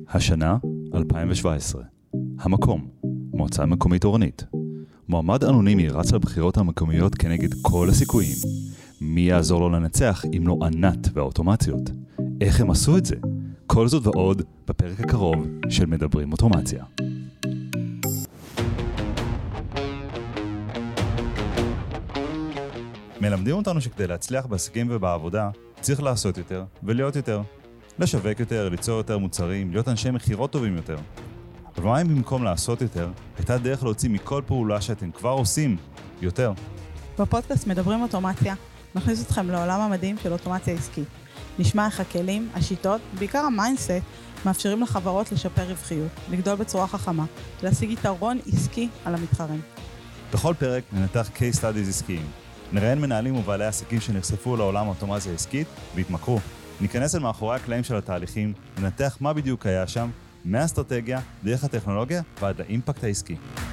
השנה 2017. המקום, מועצה מקומית אורנית. מועמד אנונימי רץ לבחירות המקומיות כנגד כל הסיכויים. מי יעזור לו לנצח אם לא ענת והאוטומציות? איך הם עשו את זה? כל זאת ועוד בפרק הקרוב של מדברים אוטומציה. מלמדים אותנו שכדי להצליח בעסקים ובעבודה צריך לעשות יותר ולהיות יותר. לשווק יותר, ליצור יותר מוצרים, להיות אנשי מחירות טובים יותר. אבל מה אם במקום לעשות יותר, הייתה דרך להוציא מכל פעולה שאתם כבר עושים יותר? בפודקאסט מדברים אוטומציה, נכניס אתכם לעולם המדהים של אוטומציה עסקית. נשמע איך הכלים, השיטות, בעיקר המיינדסט, מאפשרים לחברות לשפר רווחיות, לגדול בצורה חכמה, להשיג יתרון עסקי על המתחרים. בכל פרק ננתח case studies עסקיים. נראיין מנהלים ובעלי עסקים שנחשפו לעולם האוטומציה העסקית והתמכרו. ניכנס אל מאחורי הקלעים של התהליכים, ננתח מה בדיוק היה שם, מהאסטרטגיה, דרך הטכנולוגיה ועד לאימפקט העסקי.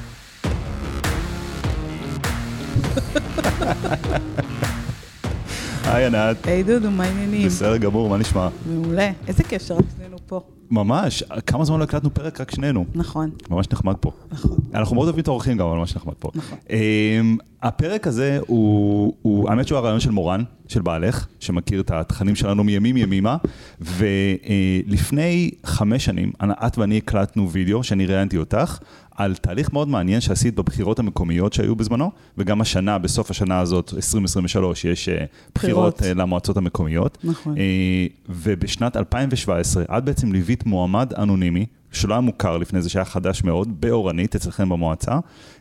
היי ענת. היי דודו, מה העניינים? בסדר גמור, מה נשמע? מעולה, איזה קשר שנינו פה. ממש, כמה זמן לא הקלטנו פרק רק שנינו. נכון. ממש נחמד פה. נכון. אנחנו מאוד אוהבים את האורחים גם, אבל ממש נחמד פה. נכון. הפרק הזה האמת שהוא הרעיון של מורן, של בעלך, שמכיר את התכנים שלנו מימים ימימה, ולפני 5 שנים, את ואני הקלטנו וידאו, שאני ראיינתי אותך, על תהליך מאוד מעניין שעשית בבחירות המקומיות שהיו בזמנו, וגם השנה, בסוף השנה הזאת, 2023, יש בחירות למועצות המקומיות. נכון. ובשנת 2017, את בעצם ליווית מועמד אנונימי, שלא היה מוכר לפני זה, שהיה חדש מאוד, באורנית, אצלכם במועצה,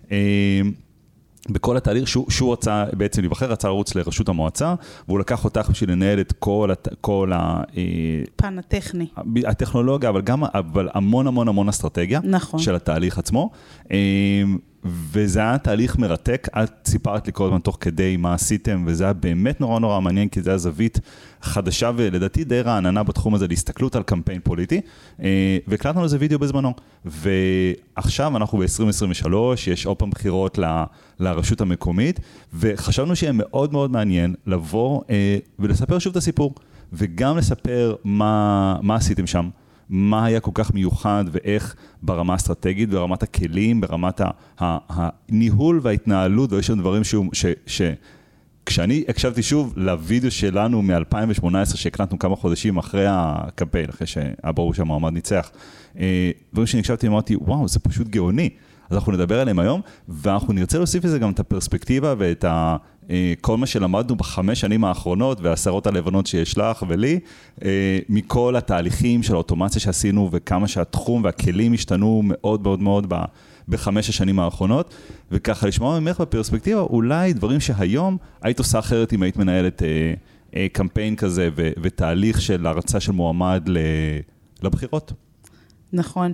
בכל התהליך שהוא רצה בעצם להיבחר, רצה לרוץ לרשות המועצה, והוא לקח אותך בשביל לנהל את כל פן הטכני. הטכנולוגיה, אבל המון אסטרטגיה. נכון. של התהליך עצמו. וזה היה תהליך מרתק, את סיפרת לי כל הזמן תוך כדי מה עשיתם, וזה היה באמת נורא מעניין, כי זה היה זווית חדשה, ולדעתי די רעננה בתחום הזה, להסתכלות על קמפיין פוליטי, והקלטנו לזה וידאו בזמנו, ועכשיו אנחנו ב-2023, יש עוד פעם בחירות לרשות המקומית, וחשבנו שיהיה מאוד מעניין לבוא ולספר שוב את הסיפור, וגם לספר מה עשיתם שם, מה היה כל כך מיוחד ואיך ברמה האסטרטגית, ברמת הכלים, ברמת הניהול וההתנהלות, ויש שם דברים כשאני הקשבתי שוב לוידאו שלנו מ-2018, שהקלטנו כמה חודשים אחרי הקמפיין, אחרי שהיה ברור שהמועמד ניצח, דברים שאני הקשבתי, אמרתי, וואו, זה פשוט גאוני. אז אנחנו נדבר עליהם היום, ואנחנו נרצה להוסיף לזה גם את הפרספקטיבה ואת כל מה שלמדנו ב5 שנים האחרונות, והעשרות הלבנות שיש לך ולי, מכל התהליכים של האוטומציה שעשינו, וכמה שהתחום והכלים השתנו מאוד ב5 השנים האחרונות, וככה לשמוע ממך בפרספקטיבה, אולי דברים שהיום היית עושה אחרת אם היית מנהלת קמפיין כזה, ותהליך של הרצה של מועמד לבחירות. נכון.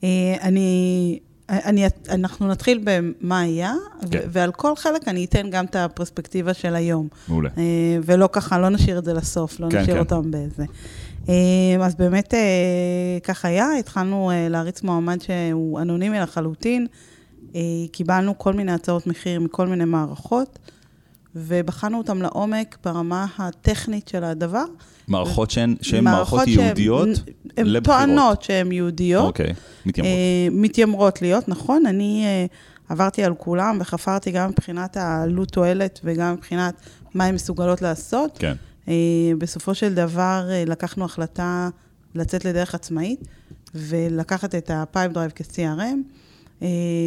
אנחנו נתחיל במה היה, ועל כל חלק אני אתן גם את הפרספקטיבה של היום. מעולה. ולא ככה, לא נשאיר את זה לסוף, לא נשאיר אותם באיזה. אז באמת כך היה, התחלנו להריץ מועמד שהוא אנונימי לחלוטין, קיבלנו כל מיני הצעות מחיר מכל מיני מערכות, ובחנו אותם לעומק ברמה הטכנית של הדבר. מערכות שהן מערכות יהודיות לבחירות. הן טוענות שהן יהודיות. אוקיי, מתיימרות. מתיימרות להיות, נכון. אני עברתי על כולם וחפרתי גם מבחינת העלות תועלת וגם מבחינת מה הן מסוגלות לעשות. כן. בסופו של דבר לקחנו החלטה לצאת לדרך עצמאית ולקחת את הפייפ דרייב כ-CRM.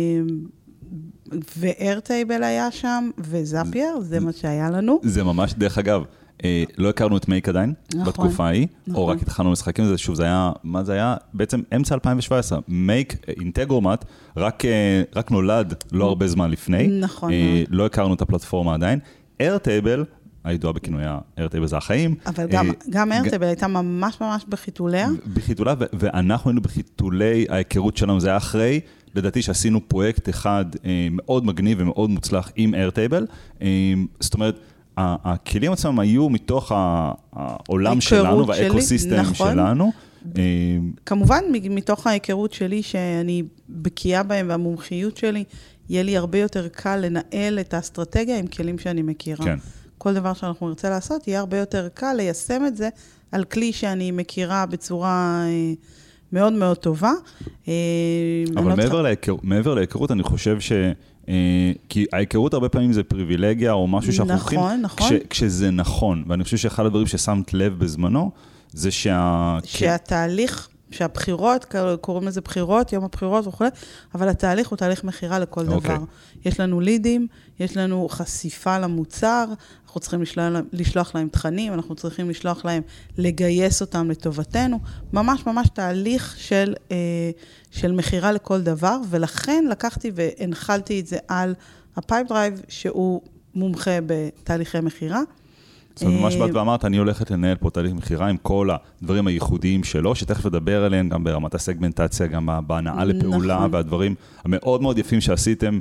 ואיירטייבל היה שם, וזאפייר, זה מה שהיה לנו. זה ממש, דרך אגב, לא הכרנו את מייק עדיין, בתקופה ההיא, או רק התחלנו משחקים לזה, שוב, זה היה, מה זה היה? בעצם אמצע 2017, מייק אינטגרומט, רק נולד לא הרבה זמן לפני, נכון. לא הכרנו את הפלטפורמה עדיין. איירטייבל, הידועה בכינויה, איירטייבל זה החיים. אבל גם איירטייבל הייתה ממש בחיתוליה. בחיתולה, ואנחנו היינו בחיתולי ההיכרות שלנו, זה היה אחרי, לדעתי שעשינו פרויקט אחד מאוד מגניב ומאוד מוצלח עם איירטייבל, זאת אומרת, הכלים עצמם היו מתוך העולם שלנו והאקוסיסטם שלנו. כמובן, מתוך ההיכרות שלי שאני בקיאה בהם והמומחיות שלי, יהיה לי הרבה יותר קל לנהל את האסטרטגיה עם כלים שאני מכירה. כן. כל דבר שאנחנו נרצה לעשות, יהיה הרבה יותר קל ליישם את זה על כלי שאני מכירה בצורה מאוד מאוד טובה. אבל מעבר להיכרות, אני חושב כי ההיכרות הרבה פעמים זה פריבילגיה, או משהו שאנחנו הולכים, כשזה נכון, ואני חושב שאחד הדברים ששמת לב בזמנו, זה שהתהליך, שהבחירות, קוראים לזה בחירות, יום הבחירות וכו', אבל התהליך הוא תהליך מחירה לכל דבר. יש לנו לידים, יש לנו חשיפה למוצר, אנחנו צריכים לשלוח להם תכנים, אנחנו צריכים לשלוח להם, לגייס אותם לטובתנו, ממש ממש תהליך של מחירה לכל דבר, ולכן לקחתי והנחלתי את זה על הפייפ דרייב, שהוא מומחה בתהליכי מחירה. זאת אומרת, ממש באת ואמרת, אני הולכת לנהל פה תהליך מחירה עם כל הדברים הייחודיים שלו, שתכף לדבר עליהם גם ברמת הסגמנטציה, גם בהנאה לפעולה, והדברים המאוד מאוד יפים שעשיתם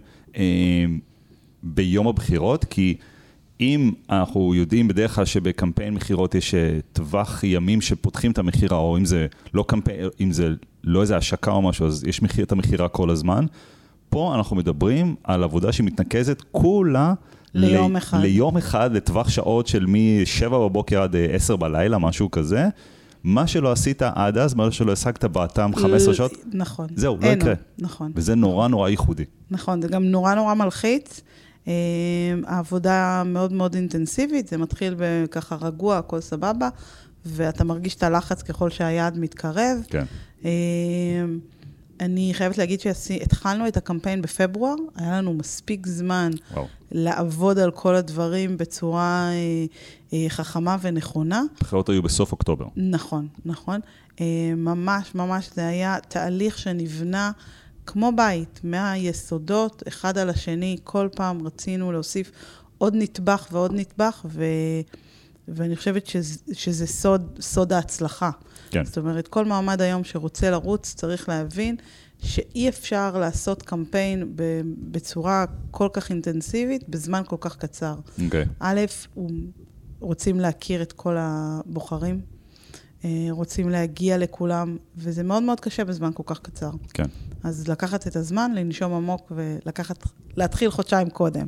ביום הבחירות, כי אם אנחנו יודעים בדרך כלל שבקמפיין מחירות יש טווח ימים שפותחים את המחירה, או אם זה לא קמפיין, אם זה לא איזה השקה או משהו, אז יש את המחירה כל הזמן. פה אנחנו מדברים על עבודה שמתנקזת כולה ליום אחד, לטווח שעות של מ-7 בבוקר עד 10 בלילה, משהו כזה. מה שלא עשית עד אז, מה שלא השגת באתם 15 שעות, נכון. זהו, לא יקרה. נכון. וזה נורא נורא ייחודי. נכון, זה גם נורא נורא מלחיץ. העבודה מאוד מאוד אינטנסיבית, זה מתחיל בככה רגוע, הכל סבבה, ואתה מרגיש את הלחץ ככל שהיעד מתקרב. כן. אני חייבת להגיד שהתחלנו את הקמפיין בפברואר, היה לנו מספיק זמן לעבוד על כל הדברים בצורה חכמה ונכונה. בחירות היו בסוף אוקטובר. נכון, נכון. ממש ממש זה היה תהליך שנבנה כמו בית, מהיסודות, אחד על השני, כל פעם רצינו להוסיף עוד נטבח ועוד נטבח, ואני חושבת שזה סוד ההצלחה. כן. זאת אומרת, כל מעמד היום שרוצה לרוץ, צריך להבין שאי אפשר לעשות קמפיין בצורה כל כך אינטנסיבית, בזמן כל כך קצר. אוקיי. א', רוצים להכיר את כל הבוחרים, רוצים להגיע לכולם, וזה מאוד מאוד קשה בזמן כל כך קצר. כן. אז לקחת את הזמן, לנשום עמוק להתחיל חודשיים קודם.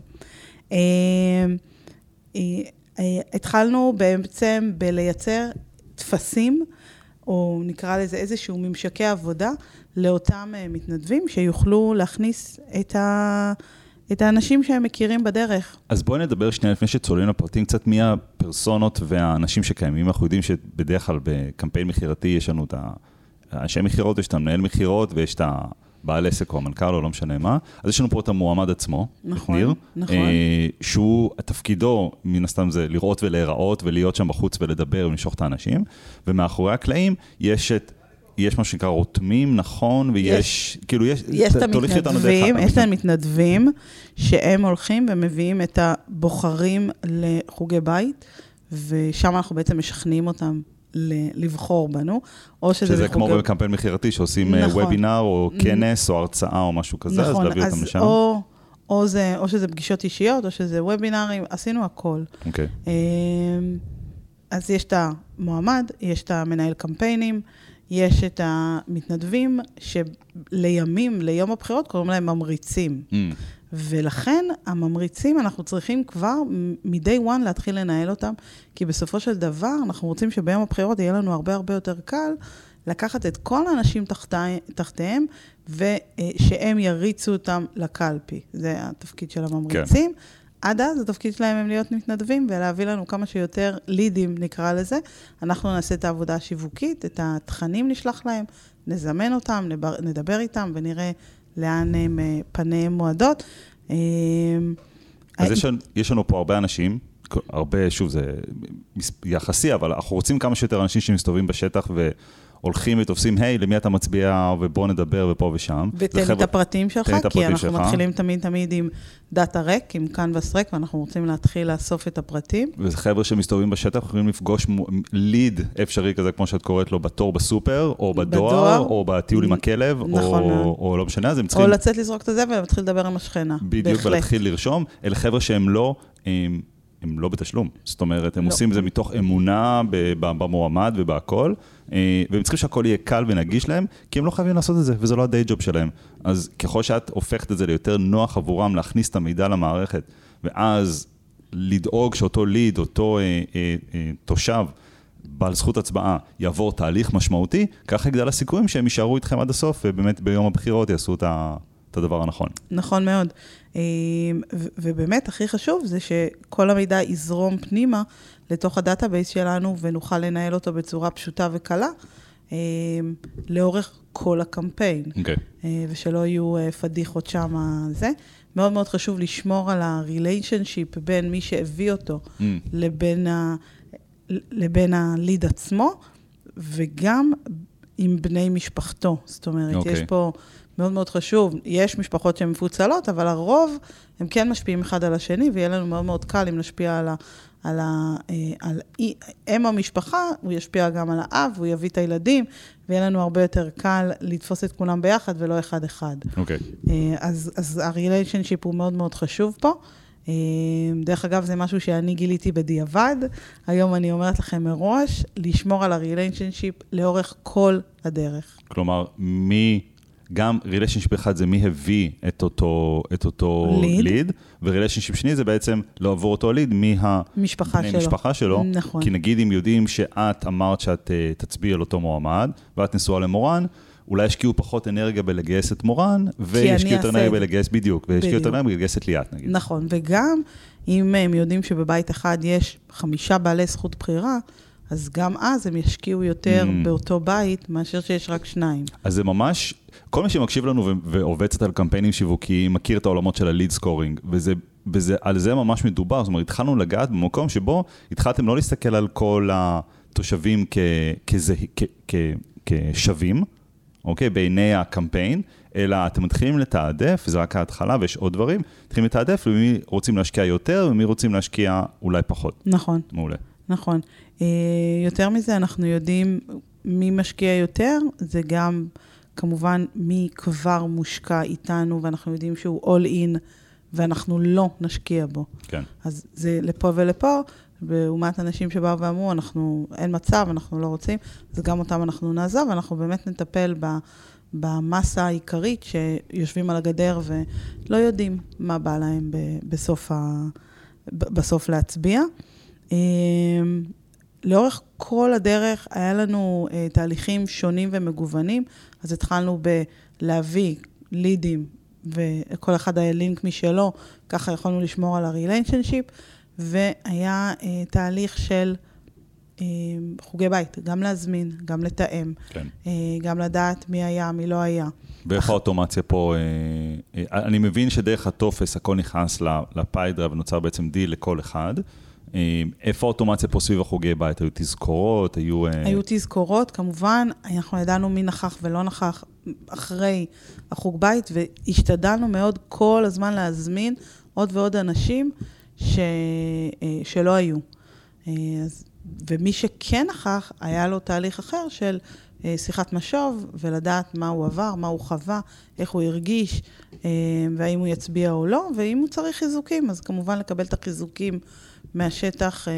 התחלנו בעצם בלייצר תפסים, או נקרא לזה איזשהו ממשקי עבודה, לאותם מתנדבים שיוכלו להכניס את האנשים שהם מכירים בדרך. אז בואי נדבר שנייה לפני שצוללים לפרטים, קצת מי הפרסונות והאנשים שקיימים. אנחנו יודעים שבדרך כלל בקמפיין מחירתי יש לנו את האנשי מחירות, יש את המנהל מחירות, ויש את הבעל עסק או המנכ"ל או לא משנה מה. אז יש לנו פה את המועמד עצמו, נכון, את ניר, נכון. שהוא, תפקידו מן הסתם זה לראות ולהיראות ולהיות שם בחוץ ולדבר ולמשוך את האנשים, ומאחורי הקלעים יש מה שנקרא רותמים, נכון, ויש, כאילו יש את המתנדבים, יש להם מתנדבים שהם הולכים ומביאים את הבוחרים לחוגי בית, ושם אנחנו בעצם משכנעים אותם לבחור בנו, או שזה כמו בקמפיין מחירתי, שעושים וובינר או כנס או הרצאה או משהו כזה, אז להביא אותם לשם. או שזה פגישות אישיות, או שזה וובינרים, עשינו הכל. אוקיי. אז יש את המועמד, יש את המנהל קמפיינים, יש את המתנדבים ליום הבחירות קוראים להם ממריצים. ולכן הממריצים אנחנו צריכים כבר מ-day one להתחיל לנהל אותם, כי בסופו של דבר אנחנו רוצים שביום הבחירות יהיה לנו הרבה הרבה יותר קל לקחת את כל האנשים תחתיהם, ושהם יריצו אותם לקלפי. זה התפקיד של הממריצים. כן. עד אז התפקיד שלהם הם להיות מתנדבים, ולהביא לנו כמה שיותר לידים נקרא לזה. אנחנו נעשה את העבודה השיווקית, את התכנים נשלח להם, נזמן אותם, נדבר איתם, ונראה לאן הם פניהם מועדות. אז יש לנו פה הרבה אנשים, הרבה, שוב, זה יחסי, אבל אנחנו רוצים כמה שיותר אנשים שמסתובבים בשטח הולכים ותופסים, היי, למי אתה מצביע, ובוא נדבר ופה ושם. ותן את הפרטים שלך, כי אנחנו מתחילים תמיד עם דאטה רק, עם קנבס רק, ואנחנו רוצים להתחיל לאסוף את הפרטים. וזה חבר'ה שמסתובבים בשטח, יכולים לפגוש ליד אפשרי כזה, כמו שאת קוראת לו, בתור בסופר, או בדואר, או בטיול עם הכלב, או לא משנה, אז הם צריכים... או לצאת לזרוק את זה ולהתחיל לדבר עם השכנה. בדיוק, ולהתחיל לרשום. אלה חבר'ה שהם לא... הם לא בתשלום, זאת אומרת, הם עושים זה מתוך אמונה במועמד ובהכל, והם צריכים שהכל יהיה קל ונגיש להם, כי הם לא חייבים לעשות את זה, וזה לא הדיי ג'וב שלהם. אז ככל שאת הופכת את זה ליותר נוח עבורם להכניס את המידע למערכת, ואז לדאוג שאותו ליד, אותו תושב, בעל זכות הצבעה יעבור תהליך משמעותי, ככה יגדל הסיכויים שהם יישארו איתכם עד הסוף, ובאמת ביום הבחירות יעשו את הדבר הנכון. נכון מאוד. ובאמת, הכי חשוב זה שכל המידע יזרום פנימה לתוך הדאטאבייס שלנו, ונוכל לנהל אותו בצורה פשוטה וקלה, לאורך כל הקמפיין. ושלא יהיו פדיחות שם זה. מאוד מאוד חשוב לשמור על הריליישנשיפ בין מי שהביא אותו לבין הליד עצמו, וגם עם בני משפחתו. זאת אומרת, יש פה מאוד מאוד חשוב, יש משפחות שהן מפוצלות, אבל הרוב הם כן משפיעים אחד על השני, ויהיה לנו מאוד מאוד קל אם נשפיע על אם המשפחה, הוא ישפיע גם על האב, הוא יביא את הילדים, ויהיה לנו הרבה יותר קל לתפוס את כולם ביחד, ולא אחד אחד. אוקיי. אז הריליישנשיפ הוא מאוד מאוד חשוב פה. דרך אגב, זה משהו שאני גיליתי בדיעבד. היום אני אומרת לכם מראש, לשמור על הריליישנשיפ לאורך כל הדרך. כלומר, גם ריליישנשיפ אחד זה מי הביא את אותו ליד, וריליישנשיפ שני זה בעצם לעבור אותו ליד מהמשפחה שלו. נכון. כי נגיד אם יודעים שאת אמרת שאת תצביע על אותו מועמד, ואת נשואה למורן, אולי ישקיעו פחות אנרגיה בלגייס את מורן, וישקיעו יותר אנרגיה בלגייס בדיוק, וישקיעו יותר אנרגיה בלגייס את ליאת נגיד. נכון, וגם אם הם יודעים שבבית אחד יש 5 בעלי זכות בחירה, אז גם אז הם ישקיעו יותר באותו בית, מאשר שיש רק 2. אז זה ממש, כל מי שמקשיב לנו ועובד קצת על קמפיינים שיווקיים, מכיר את העולמות של הליד סקורינג, ועל זה ממש מדובר. זאת אומרת, התחלנו לגעת במקום שבו התחלתם לא להסתכל על כל התושבים כשווים, אוקיי, בעיני הקמפיין, אלא אתם מתחילים לתעדף, וזה רק ההתחלה ויש עוד דברים, מתחילים לתעדף למי רוצים להשקיע יותר, ומי רוצים להשקיע אולי פחות. נכון. מעולה. נכון. יותר מזה, אנחנו יודעים מי משקיע יותר, זה גם כמובן מי כבר מושקע איתנו, ואנחנו יודעים שהוא all in, ואנחנו לא נשקיע בו. כן. אז זה לפה ולפה, בעומת אנשים שבאו ואמרו, אין מצב, אנחנו לא רוצים, אז גם אותם אנחנו נעזוב, ואנחנו באמת נטפל במסה העיקרית שיושבים על הגדר ולא יודעים מה בא להם בסוף להצביע. לאורך כל הדרך היה לנו תהליכים שונים ומגוונים, אז התחלנו בלהביא לידים, וכל אחד היה לינק משלו, ככה יכולנו לשמור על הריליישנשיפ, והיה תהליך של חוגי בית, גם להזמין, גם לתאם, כן. גם לדעת מי היה, מי לא היה. ואיך האוטומציה פה, אני מבין שדרך הטופס הכל נכנס לפיידרה ונוצר בעצם דיל לכל אחד, איפה האוטומציה פה סביב החוגי בית? היו תזכורות? היו תזכורות, כמובן, אנחנו ידענו מי נכח ולא נכח אחרי החוג בית, והשתדלנו מאוד כל הזמן להזמין עוד ועוד אנשים שלא היו. ומי שכן נכח, היה לו תהליך אחר של שיחת משוב, ולדעת מה הוא עבר, מה הוא חווה, איך הוא הרגיש, והאם הוא יצביע או לא, ואם הוא צריך חיזוקים, אז כמובן לקבל את החיזוקים מהשטח.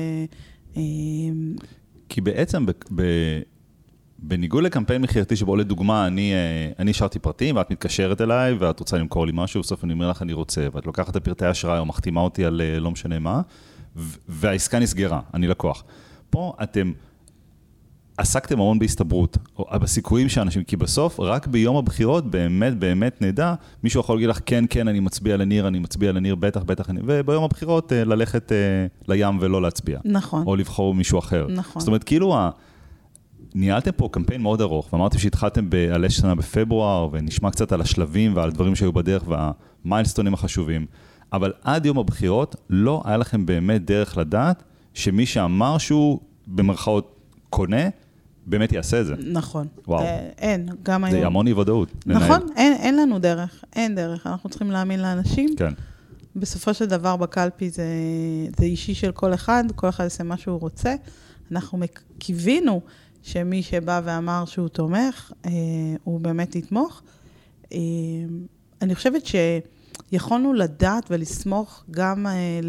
כי בעצם בניגוד לקמפיין מכירתי שבו לדוגמה, אני שרתי פרטים ואת מתקשרת אליי ואת רוצה למכור לי משהו, בסוף אני אומר לך אני רוצה, ואת לוקחת את פרטי אשראי או מחתימה אותי על לא משנה מה, והעסקה נסגרה, אני לקוח. פה אתם עסקתם המון בהסתברות, או בסיכויים שאנשים, כי בסוף רק ביום הבחירות באמת נדע, מישהו יכול להגיד לך כן, אני מצביע לניר, בטח, וביום הבחירות ללכת לים ולא להצביע. נכון. או לבחור מישהו אחר. נכון. זאת אומרת, כאילו ניהלתם פה קמפיין מאוד ארוך, ואמרתם שהתחלתם בעלי שנה בפברואר, ונשמע קצת על השלבים ועל דברים שהיו בדרך, והמיילסטונים החשובים, אבל עד יום הבחירות לא היה לכם באמת דרך לדעת, שמי שאמר שהוא במרכאות קונה, באמת יעשה את זה. נכון. וואו. אין, גם היום. זה המון אי ודאות. נכון, אין לנו דרך, אין דרך. אנחנו צריכים להאמין לאנשים. כן. בסופו של דבר בקלפי זה אישי של כל אחד יעשה מה שהוא רוצה. אנחנו קיווינו שמי שבא ואמר שהוא תומך, הוא באמת יתמוך. אני חושבת שיכולנו לדעת ולסמוך גם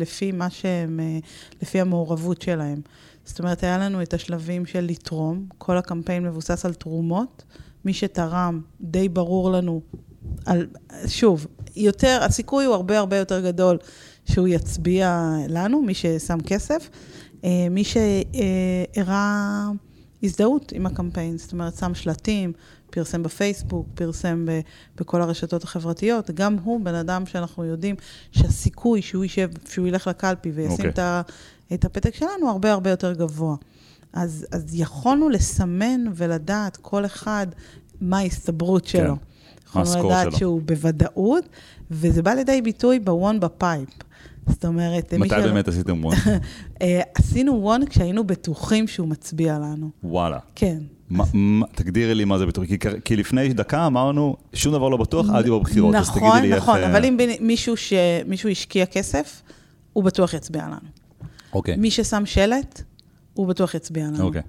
לפי המעורבות שלהם. זאת אומרת, היה לנו את השלבים של לתרום, כל הקמפיין מבוסס על תרומות, מי שתרם די ברור לנו, שוב, הסיכוי הוא הרבה יותר גדול שהוא יצביע לנו, מי ששם כסף, מי שהראה הזדהות עם הקמפיין, זאת אומרת, שם שלטים, פרסם בפייסבוק, פרסם בכל הרשתות החברתיות, גם הוא בן אדם שאנחנו יודעים שהסיכוי שהוא יישב, שהוא ילך לקלפי וישים את הפתק שלנו הרבה הרבה יותר גבוה. אז יכולנו לסמן ולדעת כל אחד מה ההסתברות שלו. יכולנו לדעת שהוא בוודאות, וזה בא לידי ביטוי בוון בפייפ. זאת אומרת... מתי באמת עשיתם וון? עשינו וון כשהיינו בטוחים שהוא מצביע לנו. וואלה. כן. תגדירי לי מה זה בטוח, כי לפני דקה אמרנו, שום דבר לא בטוח עד יום הבחירות. נכון, נכון, אבל אם מישהו השקיע כסף, הוא בטוח יצביע לנו. אוקיי. מי ששם שלט, הוא בטוח יצביע לנו. אוקיי.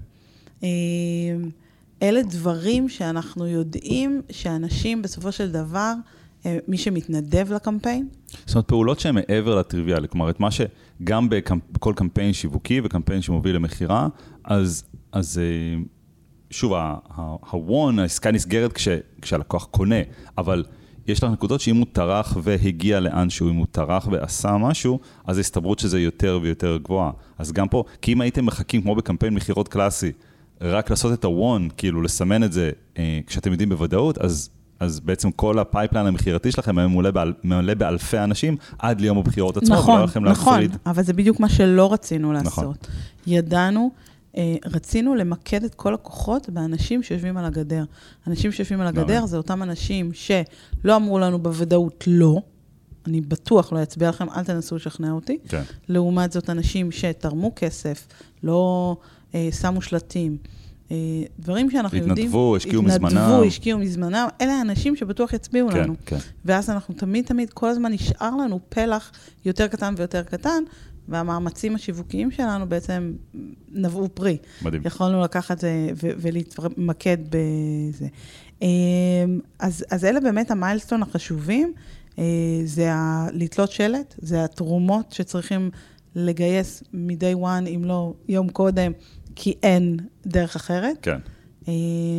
אלה דברים שאנחנו יודעים שאנשים בסופו של דבר, מי שמתנדב לקמפיין. זאת אומרת, פעולות שהן מעבר לטריוויאלי, כלומר, את מה שגם בכל קמפיין שיווקי וקמפיין שמוביל למחירה, אז שוב, הוון, העסקה נסגרת כשהלקוח קונה, אבל יש לך נקודות שאם הוא טרח והגיע לאנשהו, אם הוא טרח ועשה משהו, אז ההסתברות שזה יותר ויותר גבוהה. אז גם פה, כי אם הייתם מחכים כמו בקמפיין מחירות קלאסי, רק לעשות את הוון, כאילו לסמן את זה כשאתם יודעים בוודאות, אז בעצם כל הפייפליין המחירתי שלכם היה מעולה באלפי אנשים עד ליום הבחירות עצמו. נכון, נכון, אבל זה בדיוק מה שלא רצינו לעשות. ידענו, רצינו למקד את כל הכוחות באנשים שיושבים על הגדר. אנשים שיושבים על הגדר זה אותם אנשים שלא אמרו לנו בוודאות לא, אני בטוח לא יצביע לכם, אל תנסו לשכנע אותי. לעומת זאת אנשים שתרמו כסף, לא שמו שלטים, דברים שאנחנו יודעים... התנדבו, השקיעו מזמנם. אלה האנשים שבטוח יצביעו לנו. ואז אנחנו תמיד, כל הזמן נשאר לנו פלח יותר קטן ויותר קטן, והמאמצים השיווקיים שלנו בעצם נבעו פרי. מדהים. יכולנו לקחת ולהתמקד בזה. אז אלה באמת המיילסטון החשובים, זה לתלות שלט, זה התרומות שצריכים לגייס מדי וואן, אם לא יום קודם, כי אין דרך אחרת. כן.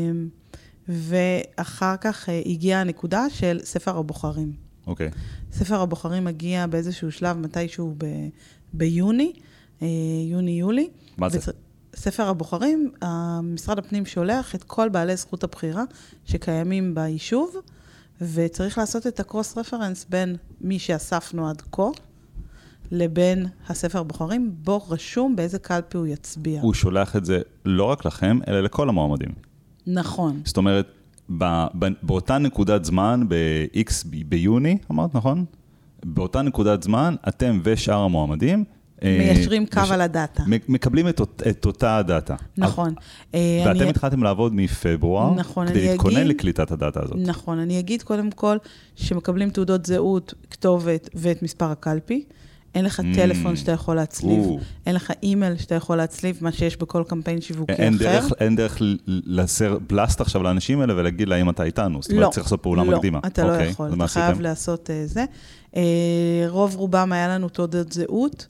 ואחר כך הגיעה הנקודה של ספר הבוחרים. אוקיי. ספר הבוחרים מגיע באיזשהו שלב, מתישהו ביוני, יוני-יולי. מה זה? ספר הבוחרים, משרד הפנים שולח את כל בעלי זכות הבחירה שקיימים ביישוב, וצריך לעשות את הקרוס רפרנס בין מי שאספנו עד כה, לבין הספר הבוחרים, בו רשום באיזה קלפי הוא יצביע. הוא שולח את זה לא רק לכם, אלא לכל המועמדים. נכון. זאת אומרת, באותה נקודת זמן, ב-X ביוני, אמרת, נכון? באותה נקודת זמן, אתם ושאר המועמדים, מיישרים קו על הדאטה. מקבלים את אותה הדאטה. נכון. ואתם התחלתם לעבוד מפברואר, כדי להתכונן לקליטת הדאטה הזאת. נכון, אני אגיד קודם כל, שמקבלים תעודות זהות, כתובת ואת מספר הקלפי, אין לך טלפון שאתה יכול להצליב, אין לך אימייל שאתה יכול להצליב, מה שיש בכל קמפיין שיווקי אחר. אין דרך לסר בלסט עכשיו לאנשים האלה ולהגיד לה אם אתה איתנו, זאת אומרת צריך לעשות פעולה מקדימה. לא, אתה לא יכול, אתה חייב לעשות זה. רוב רובם היה לנו תעודות זהות,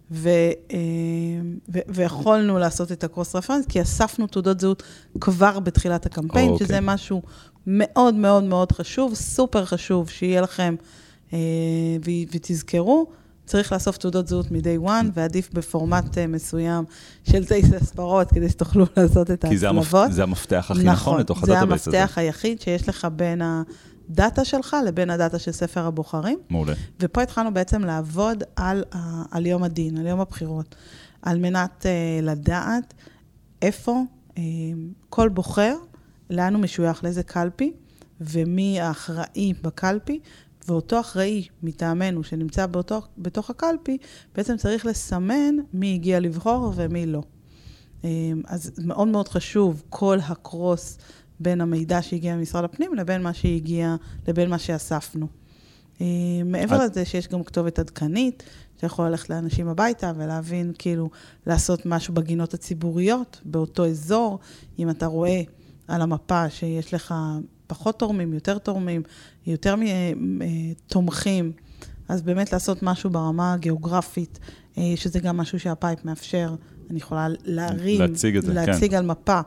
ויכולנו לעשות את הקרוס רפרנס, כי אספנו תעודות זהות כבר בתחילת הקמפיין, שזה משהו מאוד מאוד מאוד חשוב, סופר חשוב שיהיה לכם, ותזכרו, צריך לאסוף תעודות זהות מ-day one, ועדיף בפורמט מסוים של 9 ספרות, כדי שתוכלו לעשות את ההצלבות. כי זה המפתח הכי נכון לתוך הדאטאבייס הזה. זה המפתח היחיד שיש לך בין הדאטה שלך לבין הדאטה של ספר הבוחרים. מעולה. ופה התחלנו בעצם לעבוד על יום הדין, על יום הבחירות, על מנת לדעת איפה כל בוחר, לאן הוא משוייך, לאיזה קלפי, ומי האחראי בקלפי, ואותו אחראי מטעמנו שנמצא בתוך הקלפי, בעצם צריך לסמן מי הגיע לבחור ומי לא. אז מאוד מאוד חשוב כל הקרוס בין המידע שהגיע ממשרד הפנים לבין מה שהגיע, לבין מה שאספנו. מעבר לזה שיש גם כתובת עדכנית, אתה יכול ללכת לאנשים הביתה ולהבין, כאילו, לעשות משהו בגינות הציבוריות, באותו אזור, אם אתה רואה על המפה שיש לך פחות תורמים, יותר תומכים, אז באמת לעשות משהו ברמה הגיאוגרפית, שזה גם משהו שהפייפ מאפשר, אני יכולה להציג על מפה,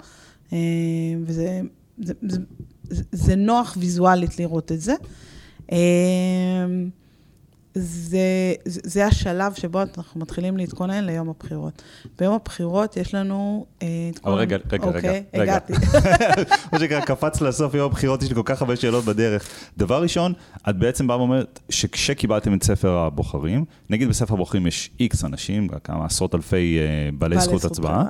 וזה נוח ויזואלית לראות את זה. זה השלב שבו אנחנו מתחילים להתכונן ליום הבחירות. ביום הבחירות יש לנו... אבל רגע. הגעתי. כמו שככה קפץ לסוף יום הבחירות, יש לי כל כך הרבה שאלות בדרך. דבר ראשון, את בעצם באה ואומרת שכשקיבלתם את ספר הבוחרים, נגיד בספר הבוחרים יש X אנשים, כמה עשרות אלפי בעלי זכות הצבעה,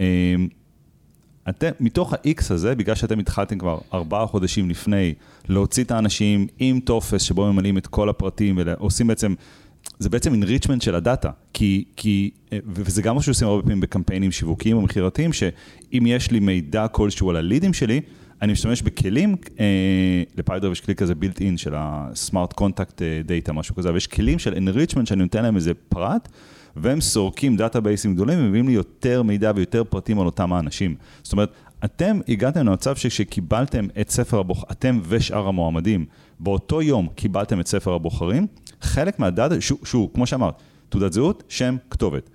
מתוך ה-X הזה, בגלל שאתם התחלתם כבר 4 חודשים לפני, להוציא את האנשים עם טופס שבו הם ממלאים את כל הפרטים, ועושים בעצם, זה בעצם enrichment של הדאטה, וזה גם מה שעושים הרבה פעמים בקמפיינים שיווקיים או מחירתיים, שאם יש לי מידע כלשהו על הלידים שלי, אני משתמש בכלים, לפיידר יש כלי כזה built in של ה-smart contact data, משהו כזה, ויש כלים של enrichment שאני נותן להם איזה פרט, והם סורקים דאטאבייסים גדולים, ומביאים לי יותר מידע ויותר פרטים על אותם האנשים. זאת אומרת, אתם הגעתם למצב שכשקיבלתם את ספר הבוחרים, אתם ושאר המועמדים, באותו יום קיבלתם את ספר הבוחרים, חלק מהדאטה, שהוא, כמו שאמרת, תעודת זהות, שם, כתובת.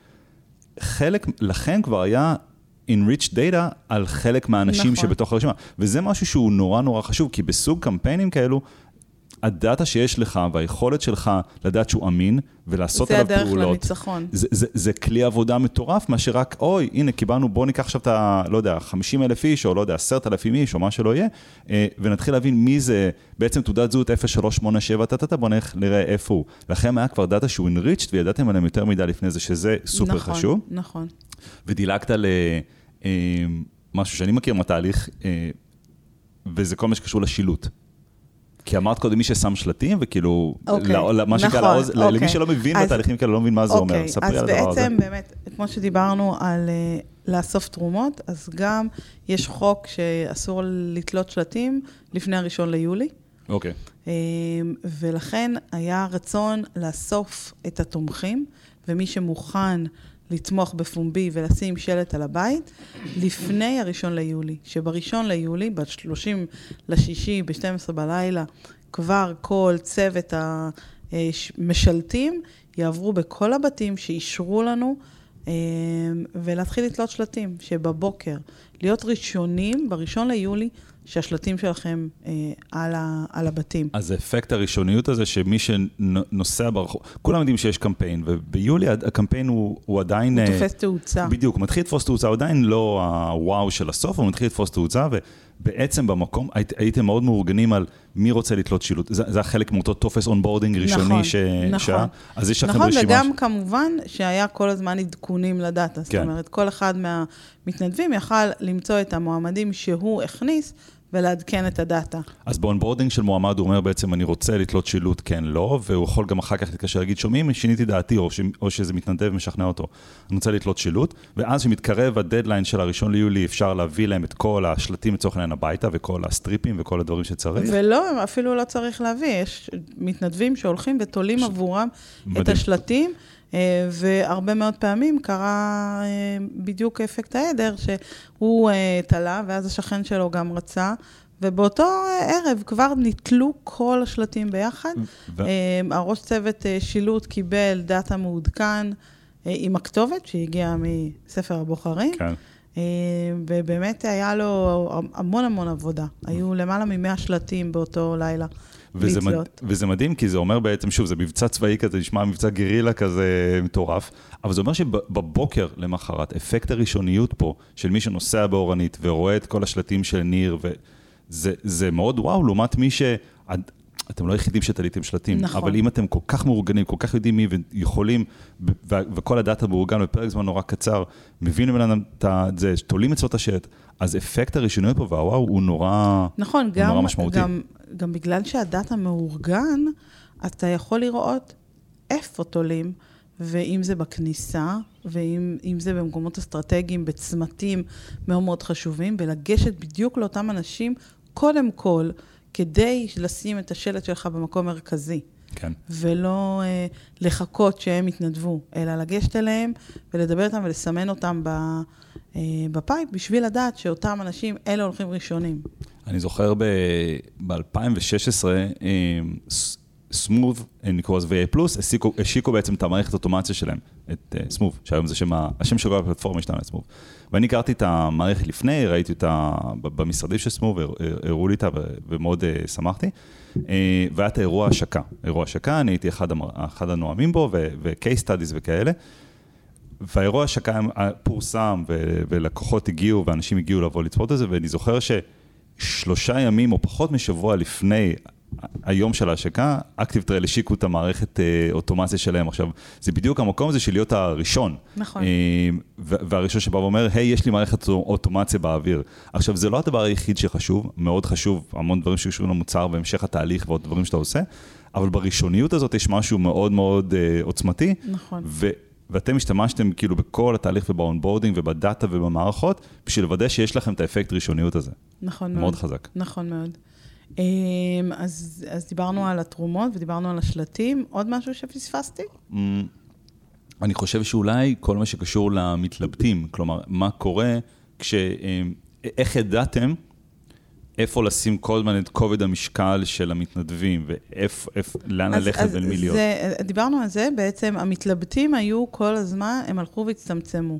לכן כבר היה enriched data על חלק מהאנשים נכון. שבתוך הרשימה. וזה משהו שהוא נורא נורא חשוב, כי בסוג קמפיינים כאלו, הדאטה שיש לך והיכולת שלך לדעת שהוא אמין ולעשות עליו פעולות. זה הדרך לניצחון. זה כלי עבודה מטורף, מה שרק, אוי, הנה, קיבלנו, בוא ניקח עכשיו את, לא יודע, 50,000 איש, או לא יודע, 10,000 איש, או מה שלא יהיה, ונתחיל להבין מי זה, בעצם תעודת זהות 0387, בוא נראה איפה הוא. לכם היה כבר דאטה שהוא enriched, וידעתם עליהם יותר מידע לפני זה, שזה סופר חשוב. נכון. ודילגת למשהו שאני מכיר מהתהליך, וזה כל מה שקשור לשילוט. כי אמרת קודם מי ששם שלטים, וכאילו, מה שקרה, למי שלא מבין בתהליכים כאלה, לא מבין מה זה אומר. ספרי על הדבר הזה. אז בעצם, באמת, כמו שדיברנו על לאסוף תרומות, אז גם יש חוק שאסור לתלות שלטים לפני 1 ליולי. אוקיי. ולכן היה רצון לאסוף את התומכים, ומי שמוכן לתמוך בפומבי ולשים שלט על הבית, לפני 1 ליולי, שב1 ליולי, ב30 לשישי, ב12 בלילה, כבר כל צוות המשלטים יעברו בכל הבתים שאישרו לנו, ולהתחיל לתלות שלטים, שבבוקר, להיות ראשונים ב1 ליולי, שהשלטים שלכם על הבתים. אז האפקט הראשוניות הזה, שמי שנוסע ברחוב, כולם יודעים שיש קמפיין, וביולי הקמפיין הוא עדיין... הוא תופס תאוצה. בדיוק, הוא מתחיל לתפוס תאוצה, הוא עדיין לא הוואו של הסוף, הוא מתחיל לתפוס תאוצה, ובעצם במקום הייתם מאוד מאורגנים על מי רוצה לתלות שילוט. זה החלק מאותו טופס אונבורדינג ראשוני שעה. אז יש לכם רשימה... וגם כמובן שהיה כל הזמן עדכונים לדאטה. זאת אומרת, כל אחד מהמתנדבים יכל למצוא את המועמדים שהוא הכניס, ולעדכן את הדאטה. אז באונבורדינג של מועמד הוא אומר בעצם, אני רוצה לתלות שילוט, כן, לא, והוא יכול גם אחר כך להתקשר להגיד, שומעים, שיניתי דעתי, או שזה מתנדב ומשכנע אותו. אני רוצה לתלות שילוט, ואז שמתקרב הדדליין של 1 ליולי, אפשר להביא להם את כל השלטים לצורך העניין הביתה, וכל הסטריפים וכל הדברים שצריך. ולא, אפילו לא צריך להביא. יש מתנדבים שהולכים ותולים עבורם את השלטים, והרבה מאוד פעמים קרה בדיוק אפקט העדר, שהוא תלה, ואז השכן שלו גם רצה, ובאותו ערב כבר נתלו כל השלטים ביחד. הראש צוות שילוט קיבל דאטה מעודכן עם הכתובת, שהגיעה מספר הבוחרים, ובאמת היה לו המון המון עבודה. היו למעלה מ100 שלטים באותו לילה. וזה מדהים, כי זה אומר בעצם, שוב, זה מבצע צבאי כזה, נשמע מבצע גרילה כזה מטורף, אבל זה אומר שבבוקר למחרת, אפקט הראשוניות פה, של מי שנוסע באורנית, ורואה את כל השלטים של ניר, זה מאוד וואו, לעומת מי אתם לא היחידים שתליתם שלטים, נכון. אבל אם אתם כל כך מאורגנים, כל כך יודעים מי, ויכולים, וכל הדאטה מאורגן בפרק זמן נורא קצר, מבינים לנו את זה, תולים את זאת השלט, אז אפקט הראשוניות פה, והוואו, הוא נורא, נכון, הוא נורא משמעותי. גם בגלל שהדאטה מאורגן, אתה יכול לראות איפה תולים, ואם זה בכניסה, ואם זה במקומות אסטרטגיים, בצמתים מאוד מאוד חשובים, ולגשת בדיוק לאותם אנשים, קודם כל, כדי לשים את השלט שלך במקום מרכזי. כן. ולא לחכות שהם יתנדבו, אלא לגשת אליהם, ולדבר איתם ולסמן אותם בפייפ, בשביל לדעת שאותם אנשים, אלה הולכים ראשונים. אני זוכר ב-2016, סמוב, נקרא אז VA+, השיקו בעצם את המערכת האוטומציה שלהם, את סמוב, שהיום זה השם של כל הפלטפורמה שלנו, סמוב. ואני הכרתי את המערכת לפני, ראיתי אותה במשרדים של סמוב, הראו לי אותה ומאוד שמחתי, והיה את האירוע השקה. אירוע השקה, אני הייתי אחד הנואמים בו, ו-case studies וכאלה, והאירוע השקה פורסם, ולקוחות הגיעו, ואנשים הגיעו לבוא לצפות את זה, ואני זוכר ש3 ימים או פחות משבוע לפני היום של ההשקה, אקטיבטרייל השיקו את המערכת אוטומציה שלהם. עכשיו, זה בדיוק המקום הזה של להיות הראשון. נכון. והראשון שבא ואומר, היי, יש לי מערכת אוטומציה באוויר. עכשיו, זה לא הדבר היחיד שחשוב, מאוד חשוב, המון דברים שקשורים למוצר והמשך התהליך ועוד דברים שאתה עושה, אבל בראשוניות הזאת יש משהו מאוד מאוד עוצמתי. נכון. ואתם השתמשתם כאילו בכל התהליך ובאונבורדינג ובדאטה ובמערכות, בשביל לוודא שיש לכם את האפקט ראשוניות הזה. נכון מאוד. מאוד חזק. נכון מאוד. אז דיברנו על התרומות ודיברנו על השלטים. עוד משהו שפספסתי? אני חושב שאולי כל מה שקשור למתלבטים, כלומר, מה קורה איך ידעתם איפה לשים כל הזמן את כובד המשקל של המתנדבים, לאן ללכת בין מי להיות. דיברנו על זה, בעצם המתלבטים היו כל הזמן, הם הלכו והצטמצמו,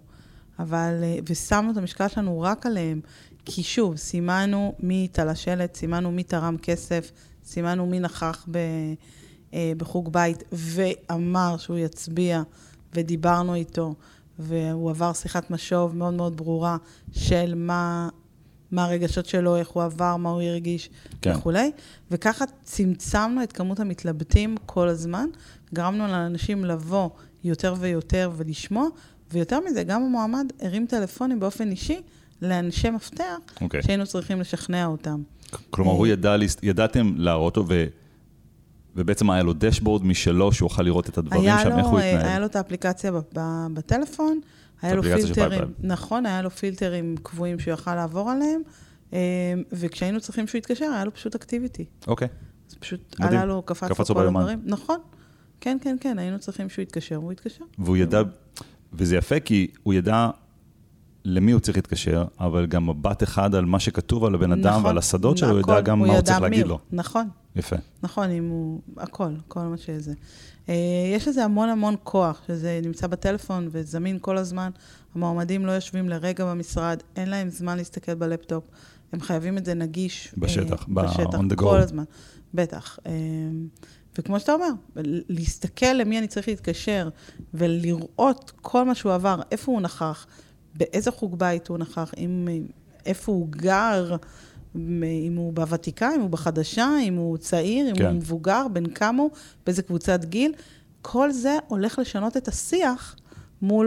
ושמנו את המשקל שלנו רק עליהם, כי שוב, סימנו מי תלה שלט, סימנו מי תרם כסף, סימנו מי נכח בחוג בית, ואמר שהוא יצביע, ודיברנו איתו, והוא עבר שיחת משוב מאוד מאוד ברורה, של מה הרגשות שלו, איך הוא עבר, מה הוא הרגיש, וכולי. וככה צמצמנו את כמות המתלבטים כל הזמן, גרמנו לאנשים לבוא יותר ויותר ולשמוע, ויותר מזה, גם המועמד הרים טלפונים באופן אישי, לאנשי מפתח, שהיינו צריכים לשכנע אותם. כלומר, הוא ידעתם להראות אותו, ובעצם היה לו דשבורד משלו, שהוא אוכל לראות את הדברים שם, איך הוא התנהל. היה לו את האפליקציה בטלפון, היה לו פילטרים, נכון, היה לו פילטרים קבועים שהוא יוכל לעבור עליהם, וכשהיינו צריכים שהוא יתקשר, היה לו פשוט אקטיביטי. אוקיי. אז פשוט עלה לו, קפץ לו כל הדברים. נכון, כן, כן, כן, היינו צריכים שהוא יתקשר, הוא יתקשר. והוא ידע, וזה יפה, כי הוא ידע למי הוא צריך להתקשר, אבל גם מבט אחד על מה שכתוב על הבן אדם ועל השדות שלו, הוא ידע גם מה הוא צריך להגיד לו. נכון. יפה. נכון, אם הוא, כל מה שזה. יש לזה המון המון כוח, שזה נמצא בטלפון וזמין כל הזמן. המועמדים לא יושבים לרגע במשרד, אין להם זמן להסתכל בלפטופ, הם חייבים את זה נגיש. בשטח, on the go. כל הזמן, בטח. וכמו שאתה אומר, להסתכל למי אני צריך להתקשר, ולראות כל מה שהוא עבר, איפה הוא נכח, באיזה חוג בית הוא נכח, איפה הוא גר, אם הוא בוותיקה, אם הוא בחדשה, אם הוא צעיר, אם הוא מבוגר, בין כמה הוא, באיזה קבוצת גיל, כל זה הולך לשנות את השיח מול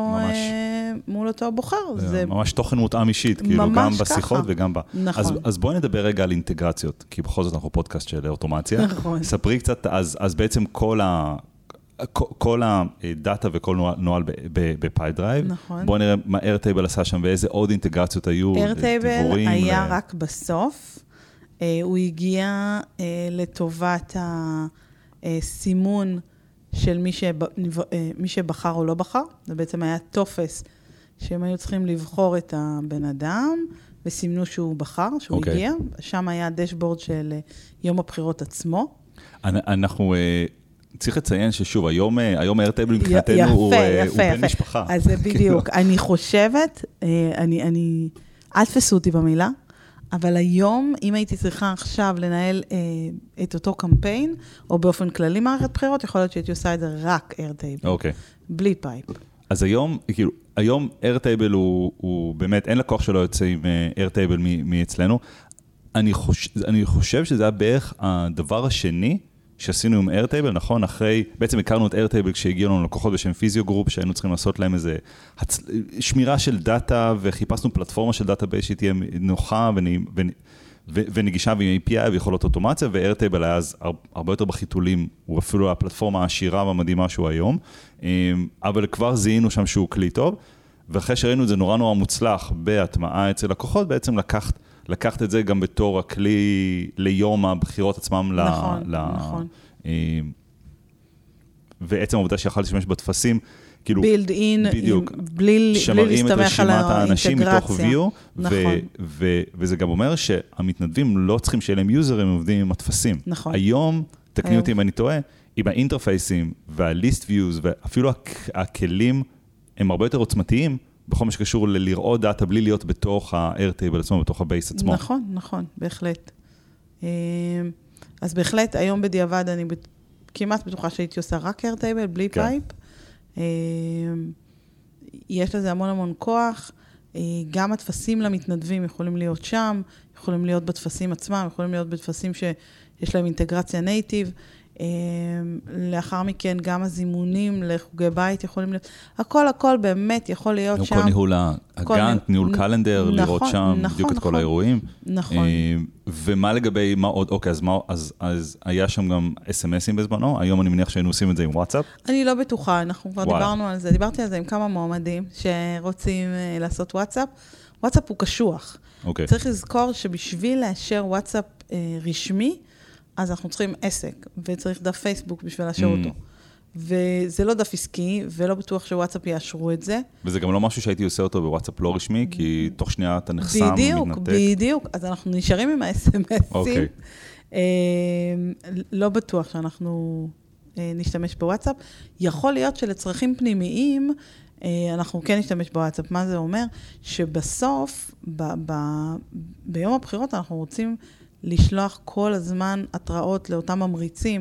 אותו בוחר. זה ממש תוכן מותאם אישית, כאילו גם בשיחות וגם נכון. אז בואי נדבר רגע על אינטגרציות, כי בכל זאת אנחנו פודקאסט של אוטומציה. נכון. ספרי קצת, אז בעצם כל הדאטה וכל נועל בפיידרייב. נכון. בואו נראה מה איירטייבל עשה שם, ואיזה עוד אינטגרציות היו. איירטייבל היה רק בסוף. הוא הגיע לטובת הסימון של מי שבחר או לא בחר. זה בעצם היה טופס שהם היו צריכים לבחור את הבן אדם, וסימנו שהוא בחר, שהוא הגיע. שם היה דשבורד של יום הבחירות עצמו. אנחנו צריך לציין ששוב, היום איירטייבל מבחינתנו הוא בן משפחה. אז זה בדיוק. אני חושבת, אל תפסו אותי במילה, אבל היום, אם הייתי צריכה עכשיו לנהל את אותו קמפיין, או באופן כללי מערכת בחירות, יכול להיות שהייתי עושה את זה רק איירטייבל. אוקיי. בלי פייפ. אז היום איירטייבל הוא באמת, אין לקוח שלא יוצא עם איירטייבל מאצלנו. אני חושב שזה היה בערך הדבר השני, שעשינו עם איירטייבל, נכון? בעצם הכרנו את איירטייבל כשהגיעו לנו לקוחות בשם פיזיו גרופ, שהיינו צריכים לעשות להם איזה שמירה של דאטה, וחיפשנו פלטפורמה של דאטאבייס שתהיה נוחה ונגישה ועם API ויכולות אוטומציה, ואיירטייבל היה אז הרבה יותר בחיתולים, הוא אפילו הפלטפורמה העשירה והמדהימה שהוא היום, אבל כבר זיהינו שם שהוא כלי טוב, ואחרי שראינו את זה נורא נורא מוצלח בהטמעה אצל לקוחות, בעצם לקחת את זה גם בתור הכלי ליום הבחירות עצמם. נכון. ועצם העובדה שיכול לשמש בתפסים, כאילו, בילד אין, בלי להסתמך על האינטגרציה. את האנשים מתוך ויו, וזה גם אומר שהמתנדבים לא צריכים שיהיה להם יוזרים, הם עובדים עם התפסים. נכון. היום תקני אותי אם אני טועה, עם האינטרפייסים והליסט ויוז, ואפילו הכלים הם הרבה יותר עוצמתיים, בכל מה שקשור ללראות דאטה, בלי להיות בתוך ה-Airtable עצמו, בתוך הבייס עצמו. נכון, נכון, בהחלט. אז בהחלט, היום בדיעבד אני כמעט בטוחה שהייתי עושה רק Airtable, בלי פייפ. יש לזה המון המון כוח, גם התפסים למתנדבים יכולים להיות שם, יכולים להיות בתפסים עצמם, יכולים להיות בתפסים שיש להם אינטגרציה נייטיב, לאחר מכן גם הזימונים לחוגי בית יכולים להיות, הכל באמת יכול להיות שם. כל ניהול הגאנט, ניהול קלנדר, לראות שם בדיוק את כל האירועים. נכון. ומה לגבי, מה עוד, אוקיי, אז היה שם גם SMSים בזמנו, היום אני מניח שהיינו עושים את זה עם וואטסאפ? אני לא בטוחה, אנחנו כבר דיברנו על זה, דיברתי על זה עם כמה מועמדים שרוצים לעשות וואטסאפ. וואטסאפ הוא קשוח. צריך לזכור שבשביל לאשר וואטסאפ רשמי, אז אנחנו צריכים עסק, וצריך דף פייסבוק בשביל לאשר אותו. וזה לא דף עסקי, ולא בטוח שוואטסאפ יאשרו את זה. וזה גם לא משהו שהייתי עושה אותו בוואטסאפ לא רשמי, כי תוך שנייה אתה נחסם ומתנתק. בדיוק. אז אנחנו נשארים עם ה-SMSים. לא בטוח שאנחנו נשתמש בוואטסאפ. יכול להיות שלצרכים פנימיים, אנחנו כן נשתמש בוואטסאפ. מה זה אומר? שבסוף, ביום הבחירות, אנחנו רוצים לשלוח כל הזמן התראות לאותם ממריצים,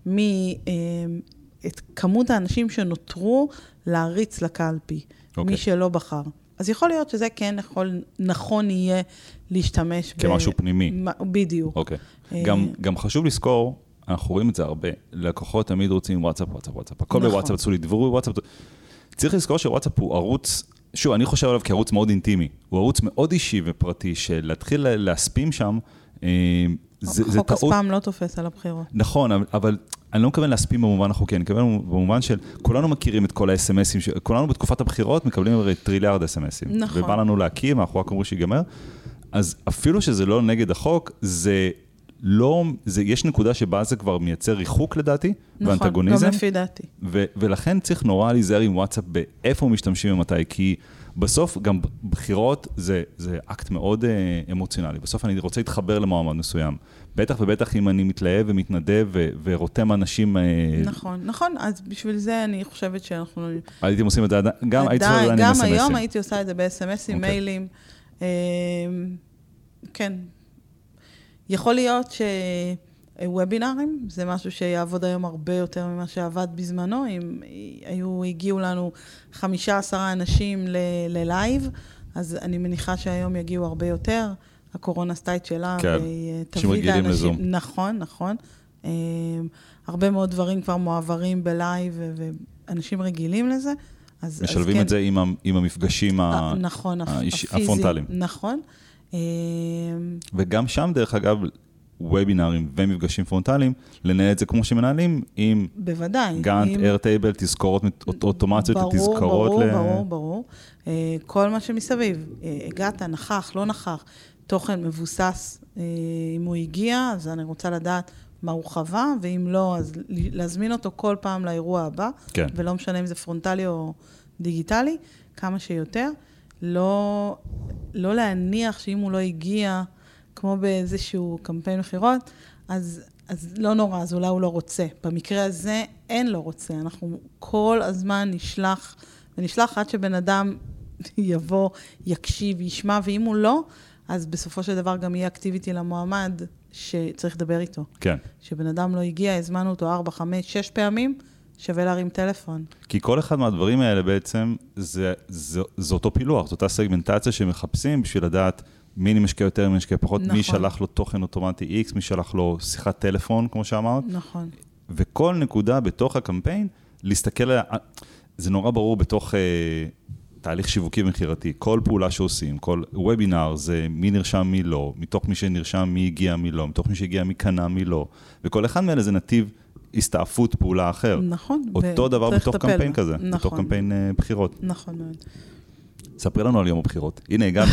את כמות האנשים שנותרו להריץ לקלפי, מי שלא בחר. אז יכול להיות שזה כן נכון יהיה להשתמש כמשהו פנימי. בדיוק. אוקיי. גם חשוב לזכור, אנחנו רואים את זה הרבה, לקוחות תמיד רוצים וואטסאפ. הכל בוואטסאפ, עצו לי דברו בוואטסאפ. צריך לזכור שוואטסאפ הוא ערוץ, שוב, אני חושב עליו כערוץ מאוד אינטימי. הוא ערוץ מאוד אישי ופרטי, שלהתחיל להספים שם, חוק הספאם לא תופס על הבחירות. נכון, אבל אני לא מכוון להספים במובן החוקי, אני מכוון במובן של כולנו מכירים את כל ה-SMSים, כולנו בתקופת הבחירות מקבלים הרי טריליארד SMSים. נכון. ובא לנו להקים, אנחנו רק אמרו שיגמר. אז אפילו שזה לא נגד החוק, יש נקודה שבה זה כבר מייצר ריחוק לדעתי, ואנטגוניזם. נכון, לא לפי דעתי. ולכן צריך נורא להיזהר עם וואטסאפ באיפה משתמשים ומתי, כי בסוף גם בחירות זה אקט מאוד אמוציונלי. בסוף אני רוצה להתחבר למועמד מסוים. בטח ובטח אם אני מתלהב ומתנדב ורותם אנשים... נכון. אז בשביל זה אני חושבת שאנחנו... הייתם עושים את זה, גם היום הייתי עושה את זה ב-SMSים, מיילים. כן. יכול להיות שוובינרים, זה משהו שיעבוד היום הרבה יותר ממה שעבד בזמנו, אם הגיעו לנו 15 אנשים ללייב, אז אני מניחה שהיום יגיעו הרבה יותר, הקורונה עשתה את שלה, תביא את האנשים. נכון. הרבה מאוד דברים כבר מועברים בלייב, ואנשים רגילים לזה. משלבים את זה עם המפגשים הפרונטליים. נכון. וגם שם, דרך אגב, וובינרים ומפגשים פרונטליים, לנהל את זה כמו שמנהלים עם גאנט, Airtable, תזכורות אוטומציות, תזכורות ברור. כל מה שמסביב, הגעת, נכח, לא נכח, תוכן מבוסס, אם הוא הגיע, אז אני רוצה לדעת מה הוא חווה, ואם לא, אז להזמין אותו כל פעם לאירוע הבא, ולא משנה אם זה פרונטלי או דיגיטלי, כמה שיותר. לא להניח שאם הוא לא הגיע, כמו באיזשהו קמפיין מחירות, אז לא נורא, אז אולי הוא לא רוצה. במקרה הזה אין לא רוצה. אנחנו כל הזמן נשלח עד שבן אדם יבוא, יקשיב, ישמע, ואם הוא לא, אז בסופו של דבר גם יהיה אקטיביטי למועמד שצריך לדבר איתו. כן. שבן אדם לא הגיע, הזמנו אותו 4, 5, 6 פעמים, שווה להרים טלפון. כי כל אחד מהדברים האלה בעצם, זה אותו פילוח, זו אותה סגמנטציה שמחפשים בשביל לדעת מי משקיע יותר, מי משקיע פחות, נכון. מי שלח לו תוכן אוטומטי X, מי שלח לו שיחת טלפון, כמו שאמרת. נכון. וכל נקודה בתוך הקמפיין, להסתכל עליה, זה נורא ברור בתוך תהליך שיווקי ומחירתי, כל פעולה שעושים, כל וובינר זה מי נרשם, מי לא, מתוך מי שנרשם, מי הגיע, מי לא, מתוך מי שהגיע, מי קנה, מי לא, וכל אחד מאלה זה נתיב הסתעפות פעולה אחר. נכון. אותו דבר בתוך קמפיין כזה, נכון. בתוך קמפיין בחירות. נכון מאוד. ספרי לנו על יום הבחירות. הנה, הגענו.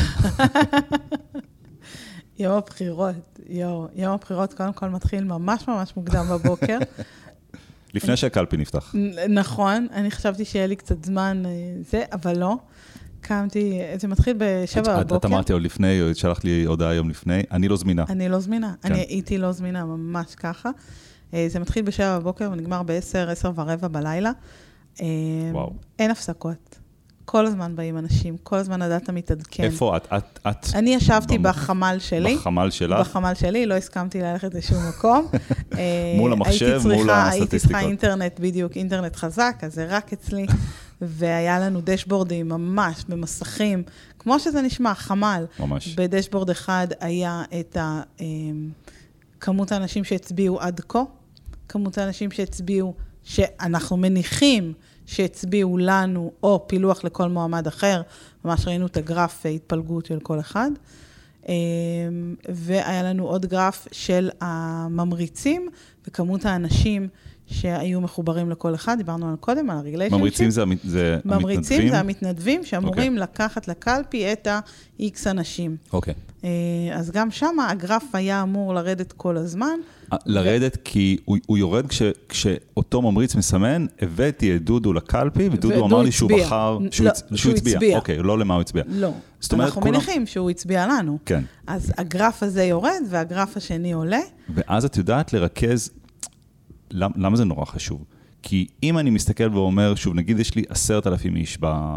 יום הבחירות קודם כל מתחיל ממש מוקדם בבוקר. לפני שהקלפי נפתח. נכון, אני חשבתי שיהיה לי קצת זמן זה, אבל לא. קמתי, זה מתחיל ב7 בבוקר. את אמרתי עוד לפני, או שלחת לי הודעה יום לפני, אני לא זמינה. אני לא זמינה, אני הייתי לא זמינה, ממש ככה. זה מתחיל ב7 בבוקר ונגמר ב10, 10:15 בלילה. וואו. אין הפסקות. כל הזמן באים אנשים, כל הזמן הדאטה מתעדכן. איפה את? אני ישבתי בחמ"ל שלי. בחמ"ל שלך? בחמ"ל שלי, לא הסכמתי ללכת לשום מקום. מול המחשב, מול הסטטיסטיקות. הייתי צריכה אינטרנט, בדיוק, אינטרנט חזק, אז זה רק אצלי. והיה לנו דשבורדים ממש במסכים, כמו שזה נשמע, חמ"ל. ממש. בדשבורד אחד היה את כמות האנשים שהצביעו עד כה, כמות האנשים שהצביעו, שאנחנו מניחים שהצביעו לנו, או פילוח לכל מועמד אחר, ממש ראינו את הגרף התפלגות של כל אחד, והיה לנו עוד גרף של הממריצים, וכמות האנשים שהיו מחוברים לכל אחד, דיברנו על קודם, על הריליישנשיפ. ממריצים זה המתנדבים? ממריצים זה המתנדבים, שאמורים לקחת לקלפי את ה-X אנשים. אוקיי. אז גם שם הגרף היה אמור לרדת כל הזמן. לרדת כי הוא יורד כשאותו ממריץ מסמן, הבאתי את דודו לקלפי, ודודו אמר לי שהוא בחר, שהוא הצביע. אוקיי, לא למה הוא הצביע. לא. אנחנו מניחים שהוא הצביע לנו. כן. אז הגרף הזה יורד, והגרף השני עולה. ואז את יודעת לרכז, למה זה נורא חשוב? כי אם אני מסתכל ואומר, שוב, נגיד יש לי 10,000 איש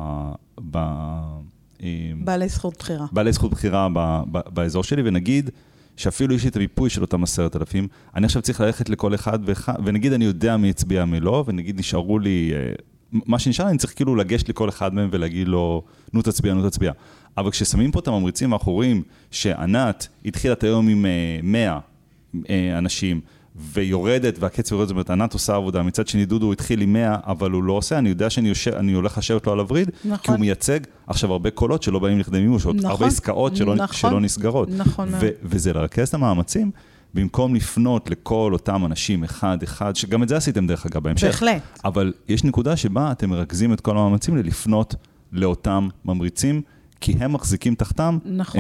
בעלי זכות בחירה. בעלי זכות בחירה באזור שלי, ונגיד שאפילו יש לי את המיפוי של אותם 10,000, אני עכשיו צריך ללכת לכל אחד ואחד, ונגיד אני יודע מי הצביע מי לא, ונגיד נשארו לי, מה שנשאר, אני צריך כאילו לגשת לכל אחד מהם ולהגיד לו, נו תצביע, נו תצביע. אבל כששמים פה את הממריצים ואנחנו רואים שענת התחילה את היום עם 100 אנשים, ויורדת, והקצב יורד, זאת אומרת, ענת עושה עבודה, מצד שני דודו הוא התחיל עם 100, אבל הוא לא עושה, אני יודע שאני הולך לשבת לו על הווריד, נכון. כי הוא מייצג עכשיו הרבה קולות שלא באים לכדי מימוש, נכון. הרבה עסקאות שלא נסגרות. נכון. וזה לרכז את המאמצים, במקום לפנות לכל אותם אנשים אחד, שגם את זה עשיתם דרך אגב בהמשך. בהחלט. אבל יש נקודה שבה אתם מרכזים את כל המאמצים לפנות לאותם ממריצים, כי הם מחזיקים תחתם. נכון.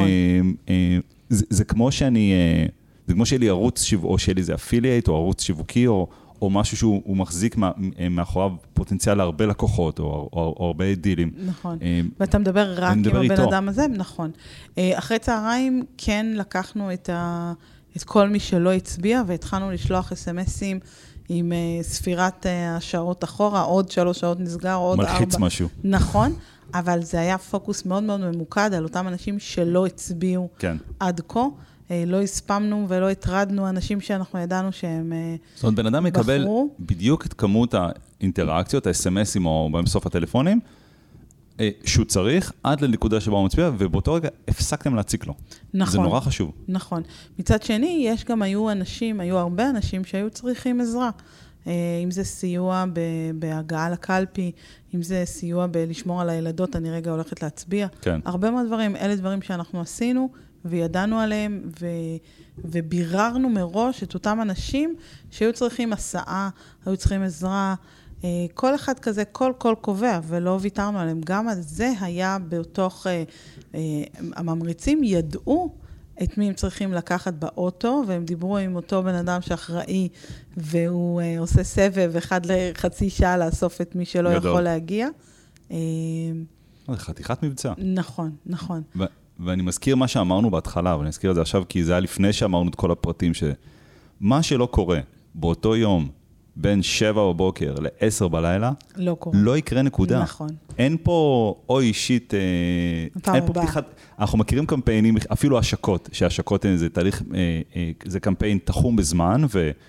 זה כמו שאני... זה כמו שיהיה לי ערוץ, או שיהיה לי איזה אפילייט, או ערוץ שיווקי, או משהו שהוא מחזיק מאחוריו פוטנציאל להרבה לקוחות, או הרבה דילים. נכון. ואתה מדבר רק עם הבן אדם הזה? נכון. אחרי צהריים כן לקחנו את כל מי שלא הצביע, והתחלנו לשלוח SMSים עם ספירת השעות אחורה, עוד 3 שעות נסגר, עוד 4. מלחיץ משהו. נכון. אבל זה היה פוקוס מאוד מאוד ממוקד על אותם אנשים שלא הצביעו עד כה. לא הספמנו ולא הטרדנו אנשים שאנחנו ידענו שהם בחרו. זאת אומרת, בן אדם יקבל בדיוק את כמות האינטראקציות, ה-SMSים או בסוף הטלפונים, שהוא צריך עד לנקודה שבה הוא מצביע, ובאותו רגע הפסקתם להציק לו. נכון. זה נורא חשוב. נכון. מצד שני, היו הרבה אנשים שהיו צריכים עזרה. אם זה סיוע בהגעה לקלפי, אם זה סיוע בלשמור על הילדות, אני רגע הולכת להצביע. כן. הרבה מאוד דברים, אלה דברים שאנחנו עשינו, וידענו עליהם, וביררנו מראש את אותם אנשים שהיו צריכים הסעה, היו צריכים עזרה, כל אחד כזה, כל קובע, ולא ויתרנו עליהם. גם על זה היה בתוך, הממריצים ידעו את מי הם צריכים לקחת באוטו, והם דיברו עם אותו בן אדם שאחראי, והוא עושה סבב אחד לחצי שעה לאסוף את מי שלא יכול להגיע. זה חתיכת מבצע. נכון. ואני מזכיר מה שאמרנו בהתחלה, ואני אזכיר את זה עכשיו, כי זה היה לפני שאמרנו את כל הפרטים, שמה שלא קורה באותו יום, בין 7 בבוקר ל-10 בלילה, לא קורה. לא יקרה נקודה. נכון. אין פה או אישית, אין פה פתיחת, אנחנו מכירים קמפיינים, אפילו השקות, שהשקות זה תהליך, זה קמפיין תחום בזמן,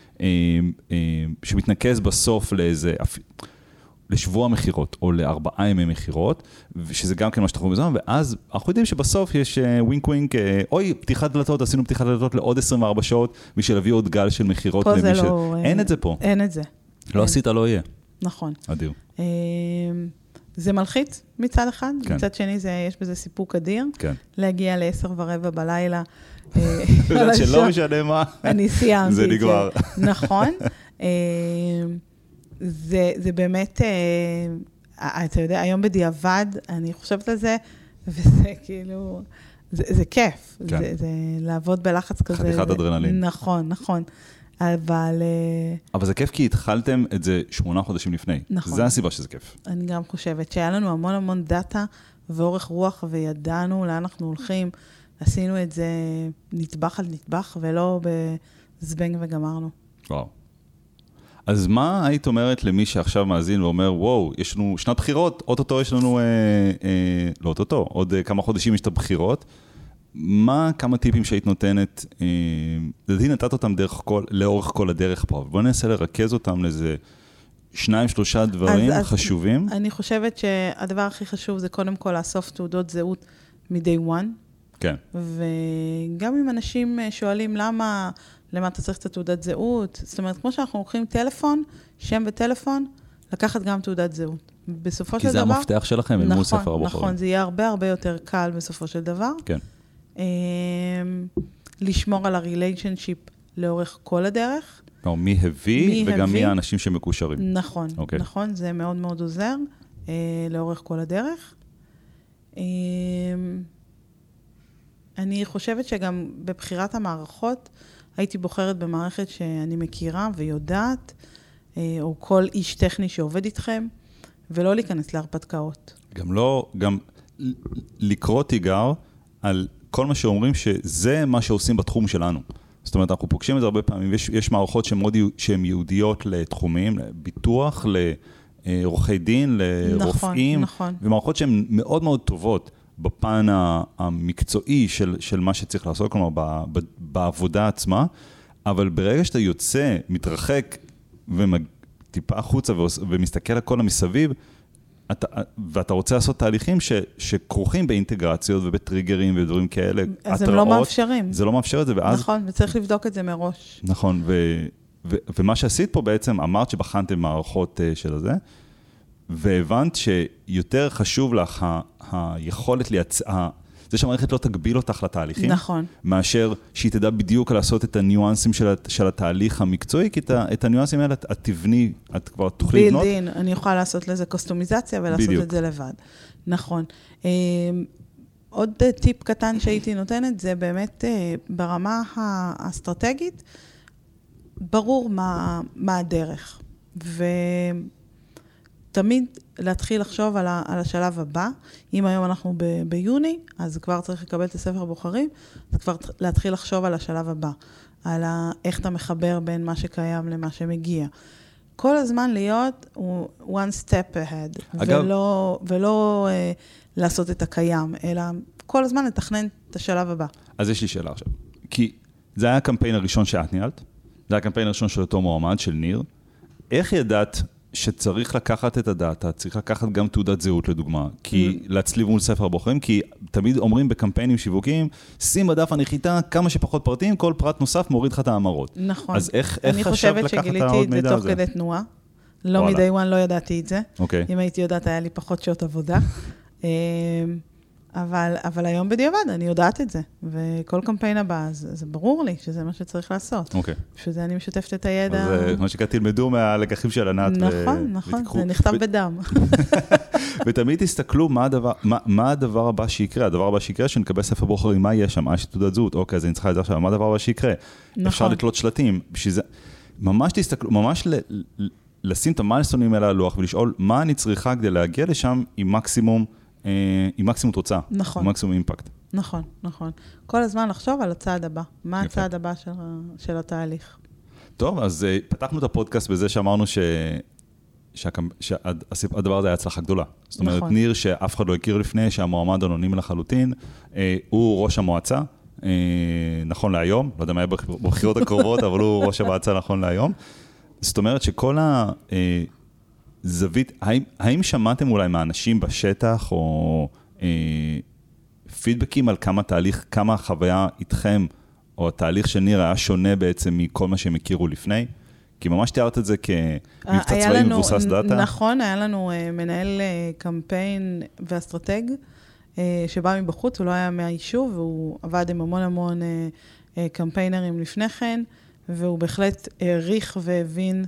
שמתנקז בסוף לאיזה, לשבוע מחירות, או ל4 ימי מחירות, שזה גם כן מה שתחום בזמן, ואז אנחנו יודעים שבסוף יש ווינק ווינק, אוי, פתיחת דלתות, עשינו פתיחת דלתות לעוד 24 שעות, בשביל להביא עוד גל של מחירות. פה זה לא... אין את זה פה. אין את זה. לא עשית, לא יהיה. נכון. אדיר. זה מלחיץ מצד אחד, מצד שני יש בזה סיפוק אדיר, להגיע ל10:15 בלילה. שלא משנה מה. אני סיימתי. זה נגמר. נכון. זה באמת, אתה יודע, היום בדיעבד, אני חושבת על זה, וזה כאילו, זה כיף. זה לעבוד בלחץ כזה. חתיכת אדרנלין. נכון. אבל זה כיף כי התחלתם את זה 8 חודשים לפני. נכון. זה הסיבה שזה כיף. אני גם חושבת שהיה לנו המון דאטה ואורך רוח, וידענו לאן אנחנו הולכים. עשינו את זה נטבח על נטבח, ולא בזבנג וגמרנו. וואו. אז מה היית אומרת למי שעכשיו מאזין ואומר, וואו, יש לנו שנת בחירות, אוטוטו יש לנו, לא אוטוטו, עוד כמה חודשים יש את הבחירות, מה כמה טיפים שהיית נותנת, לדעתי נתת אותם לאורך כל הדרך פה, אבל בוא ננסה לרכז אותם לאיזה 2-3 דברים חשובים. אני חושבת שהדבר הכי חשוב זה קודם כל לאסוף תעודות זהות מ-day one. כן. וגם אם אנשים שואלים למה אתה צריך את התעודת זהות, זאת אומרת, כמו שאנחנו לוקחים טלפון, שם וטלפון, לקחת גם תעודת זהות. בסופו של דבר... כי זה המפתח שלכם, אל מול ספר הבוחרים. נכון, זה יהיה הרבה הרבה יותר קל בסופו של דבר. כן. לשמור על הריליישנשיפ לאורך כל הדרך. מי הביא וגם מי האנשים שמקושרים. נכון, נכון, זה מאוד מאוד עוזר לאורך כל הדרך. אני חושבת שגם בבחירת המערכות, הייתי בוחרת במערכת שאני מכירה ויודעת, או כל איש טכני שעובד איתכם, ולא להיכנס להרפתקאות. גם לקרוא תיגר על כל מה שאומרים שזה מה שעושים בתחום שלנו. זאת אומרת, אנחנו פוגשים את זה הרבה פעמים, יש מערכות שהן יהודיות לתחומים, לביטוח, לעורכי דין, לרופאים, נכון. ומערכות שהן מאוד מאוד טובות בפן המקצועי של מה שצריך לעשות, כלומר, בעבודה עצמה, אבל ברגע שאתה יוצא, מתרחק וטיפה החוצה ומסתכל על כל המסביב, ואתה רוצה לעשות תהליכים שכרוכים באינטגרציות ובטריגרים ודברים כאלה. אז הם לא מאפשרים. זה לא מאפשר את זה, ואז... נכון, וצריך לבדוק את זה מראש. נכון, ומה שעשית פה בעצם, אמרת שבחנתם מערכות של זה, והבנת שיותר חשוב לך היכולת זה שהמערכת לא תגביל אותך לתהליכים. נכון. מאשר שהיא תדע בדיוק לעשות את הניואנסים של התהליך המקצועי, כי את הניואנסים האלה את תבני, את כבר תוכלי לבנות. בילדין, אני יכולה לעשות לזה קוסטומיזציה ולעשות את זה לבד. נכון. עוד טיפ קטן שהייתי נותנת, זה באמת ברמה האסטרטגית, ברור מה הדרך. תמיד להתחיל לחשוב על השלב הבא. אם היום אנחנו ביוני, אז כבר צריך לקבל את הספר הבוחרים, אז כבר להתחיל לחשוב על השלב הבא, על איך אתה מחבר בין מה שקיים למה שמגיע. כל הזמן להיות one step ahead, ולא לעשות את הקיים, אלא כל הזמן לתכנן את השלב הבא. אז יש לי שאלה עכשיו. כי זה היה הקמפיין הראשון שאת ניהלת, זה היה הקמפיין הראשון של אותו מועמד, של ניר. איך ידעת שצריך לקחת את הדאטה, צריך לקחת גם תעודת זהות לדוגמה, כי להצליב מול ספר הבוחרים, כי תמיד אומרים בקמפיינים שיווקיים, שים בדף הנחיתה כמה שפחות פרטים, כל פרט נוסף מוריד לך את האמרות. נכון. אז איך חשב לקחת את העוד מידע הזה? אני חושבת שגיליתי את זה תוך כדי תנועה. לא מדי וואן לא ידעתי את זה. אוקיי. אם הייתי יודעת, היה לי פחות שעות עבודה. אבל היום בדיעבד, אני יודעת את זה. וכל קמפיין הבא, זה ברור לי שזה מה שצריך לעשות. אוקיי. שזה אני משתפת את הידע. אז כמו שתלמדו מהלקחים של ענת. נכון, זה נכתב בדם. ותמיד תסתכלו מה הדבר הבא שיקרה. הדבר הבא שיקרה, שנקבל ספר בוחרים, מה יהיה שם? יש תעודת זהות, אוקיי, אז אני צריכה לדעת עכשיו, מה הדבר הבא שיקרה? אפשר לתלות שלטים. ממש תסתכלו, ממש לשים את המיילסטונים האלה על הלוח, ולשאול מה אני צריכה כדי להגיע לשם עם מקסימום תוצאה. נכון. עם מקסימום אימפקט. נכון, נכון. כל הזמן לחשוב על הצעד הבא. מה הצעד הבא של התהליך? טוב, אז פתחנו את הפודקאסט בזה שאמרנו שהדבר הזה היה הצלחה גדולה. זאת אומרת, ניר שאף אחד לא הכיר לפני, שהמועמד אנונימי לחלוטין, הוא ראש המועצה, נכון להיום, לא יודע מה היה בבחירות הקרובות, אבל הוא ראש המועצה נכון להיום. זאת אומרת שכל זווית, האם שמעתם אולי מהאנשים בשטח, או פידבקים על כמה החוויה איתכם, או התהליך של ניר היה שונה בעצם מכל מה שהם הכירו לפני? כי ממש תיארת את זה כמבצע צבאי מבוסס דאטה. נכון, היה לנו מנהל קמפיין ואסטרטג, שבא מבחוץ, הוא לא היה מהיישוב, והוא עבד עם המון קמפיינרים לפני כן, והוא בהחלט העריך והבין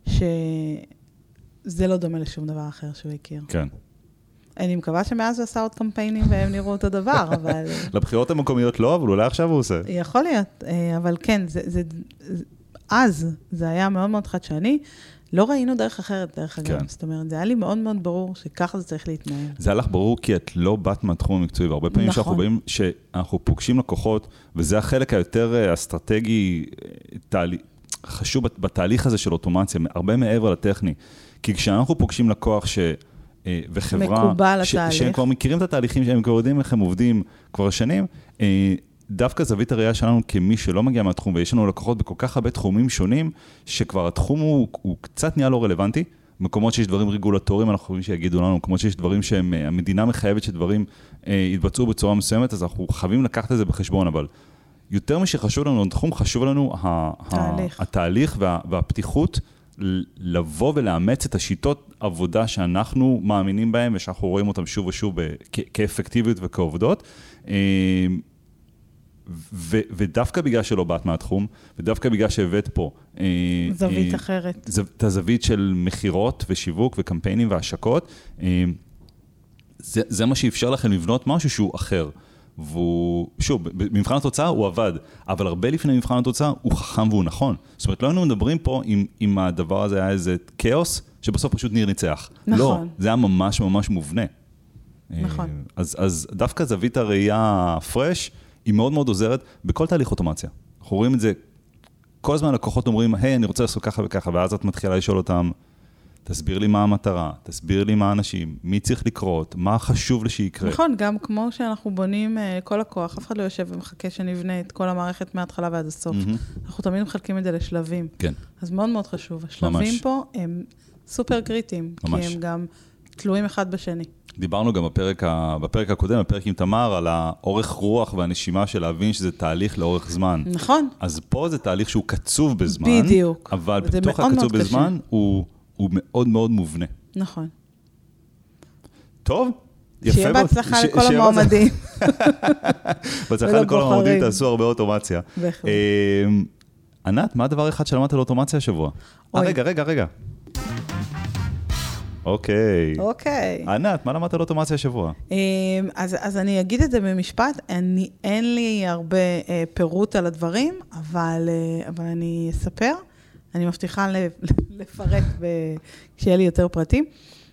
זה לא דומה לשום דבר אחר שהוא הכיר. כן. אני מקווה שמאז הוא עשה עוד קמפיינים והם נראו אותו דבר, אבל... לבחירות המקומיות לא, אבל אולי עכשיו הוא עושה. יכול להיות, אבל כן, אז זה היה מאוד מאוד חדשני. לא ראינו דרך אחרת, דרך אגב. זאת אומרת, זה היה לי מאוד מאוד ברור שככה זה צריך להתנהל. זה הלך ברור כי את לא באת מהתחום המקצועי, והרבה פעמים שאנחנו באים, שאנחנו פוגשים לקוחות, וזה החלק היותר אסטרטגי, חשוב בתהליך הזה של אוטומציה, הרבה מעבר לטכני. כי כשאנחנו פוגשים לקוח וחברה, מקובל התהליך. שהם כבר מכירים את התהליכים, שהם כבר יודעים איך הם עובדים כבר שנים, דווקא זווית הראייה שלנו כמי שלא מגיע מהתחום, ויש לנו לקוחות בכל כך הרבה תחומים שונים, שכבר התחום הוא קצת נהיה לא רלוונטי, מקומות שיש דברים רגולטוריים, אנחנו חושבים שיגידו לנו, מקומות שיש דברים שהמדינה מחייבת שדברים יתבצעו בצורה מסוימת, אז אנחנו חייבים לקחת את זה בחשבון, אבל יותר משחשוב לנו, התחום חשוב לנו התהליך והפתיחות, לבוא ולאמץ את השיטות עבודה שאנחנו מאמינים בהן, ושאנחנו רואים אותם שוב ושוב כאפקטיביות וכעובדות, ודווקא בגלל שלא באת מהתחום, ודווקא בגלל שהבאת פה זווית אחרת. את הזווית של מחירות ושיווק וקמפיינים והשקות, זה מה שאפשר לכם לבנות משהו שהוא אחר. והוא, שוב, במבחן התוצאה הוא עבד, אבל הרבה לפני מבחן התוצאה הוא חכם והוא נכון. זאת אומרת, לא היינו מדברים פה אם הדבר הזה היה איזה כאוס, שבסוף פשוט ניר ניצח. נכון. לא, זה היה ממש ממש מובנה. נכון. אז דווקא זווית הראייה פרש, היא מאוד מאוד עוזרת בכל תהליך אוטומציה. אנחנו רואים את זה, כל הזמן לקוחות אומרים, היי, אני רוצה לעשות ככה וככה, ואז את מתחילה לשאול אותם, תסביר לי מה המטרה, תסביר לי מה האנשים, מי צריך לקרות, מה חשוב שיקרה. נכון, גם כמו שאנחנו בונים כל הכוח, אף אחד לא יושב ומחכה שנבנה את כל המערכת מההתחלה ועד הסוף. אנחנו תמיד מחלקים את זה לשלבים. כן. אז מאוד מאוד חשוב. השלבים פה הם סופר קריטיים, כי הם גם תלויים אחד בשני. דיברנו גם בפרק הקודם, בפרק עם תמר, על האורך רוח והנשימה של להבין שזה תהליך לאורך זמן. נכון. אז פה זה תהליך שהוא קצוב בזמן. בדיוק. אבל בתוך הקצוב בזמן הוא מאוד מאוד מובנה. נכון. טוב, יפה. שיהיה בהצלחה לכל המועמדים. בהצלחה לכל המועמדים, תעשו הרבה אוטומציה. בהחלט. ענת, מה הדבר אחד שלמדת על אוטומציה השבוע? רגע. אוקיי. ענת, מה למדת על אוטומציה השבוע? אז אני אגיד את זה במשפט, אין לי הרבה פירוט על הדברים, אבל אני אספר. אני מבטיחה לפרט כשיהיה לי יותר פרטים.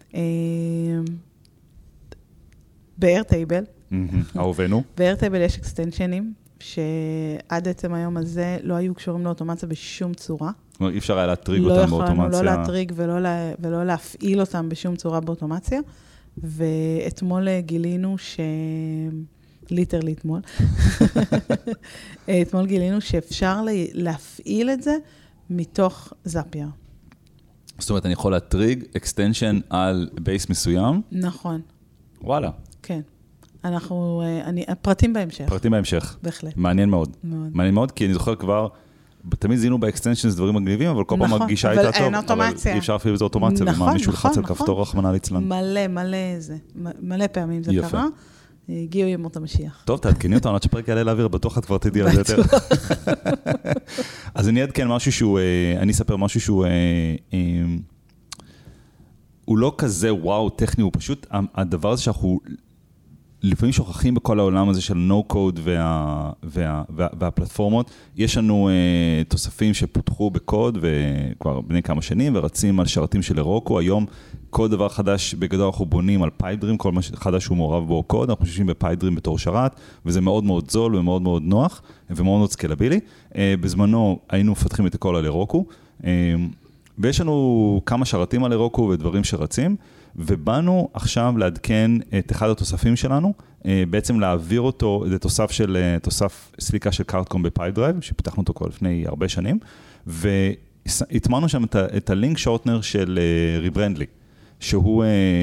באיירטייבל. אהובנו. באיירטייבל יש אקסטנשנים, שעד עצם היום הזה לא היו קשורים לאוטומציה בשום צורה. זאת אומרת, אי אפשר היה להטריג אותם באוטומציה. לא יכולנו לא להטריג ולא להפעיל אותם בשום צורה באוטומציה. ואתמול גילינו ליטרלי אתמול. אתמול גילינו שאפשר להפעיל את זה מתוך זאפייר. זאת אומרת, אני יכול להטריג אקסטנשן על בייס מסוים? נכון. וואלה. כן. פרטים בהמשך. פרטים בהמשך. בהחלט. מעניין מאוד. מעניין מאוד, כי אני זוכר כבר, תמיד זיהינו באקסטנשנס דברים מגניבים, אבל כל פעם מרגישה הייתה טוב. אבל אי אפשר אפילו בזה אוטומציה, ומה מישהו לחץ על כפתור רחמנא ליצלן. מלא פעמים זה קרה. הגיעו ימות המשיח. טוב, תעדכני אותנו, עד שפרק יעלה לאוויר, בטוח את כבר תדעי על זה יותר. אז אני אעדכן משהו שהוא, אני אספר משהו שהוא, הוא לא כזה וואו טכני, הוא פשוט הדבר הזה שאנחנו לפעמים שוכחים בכל העולם הזה של no-code והפלטפורמות. יש לנו תוספים שפותחו בקוד וכבר בני כמה שנים, ורצים על שרתים של אירוקו. היום כל דבר חדש בגדול אנחנו בונים על פייפדרים, כל מה חדש הוא מעורב בו קוד, אנחנו חושבים בפייפדרים בתור שרת, וזה מאוד מאוד זול ומאוד מאוד נוח, ומאוד מאוד סקלבילי. בזמנו היינו מפתחים את הכל על אירוקו, ויש לנו כמה שרתים על אירוקו ודברים שרצים, ובאנו עכשיו לעדכן את אחד התוספים שלנו, בעצם להעביר אותו, זה תוסף סליקה של קארטקום בפייפדרייב, שפיתחנו אותו כבר לפני הרבה שנים, והטמענו שם את הלינק שורטנר של ריברנדלי, שהוא,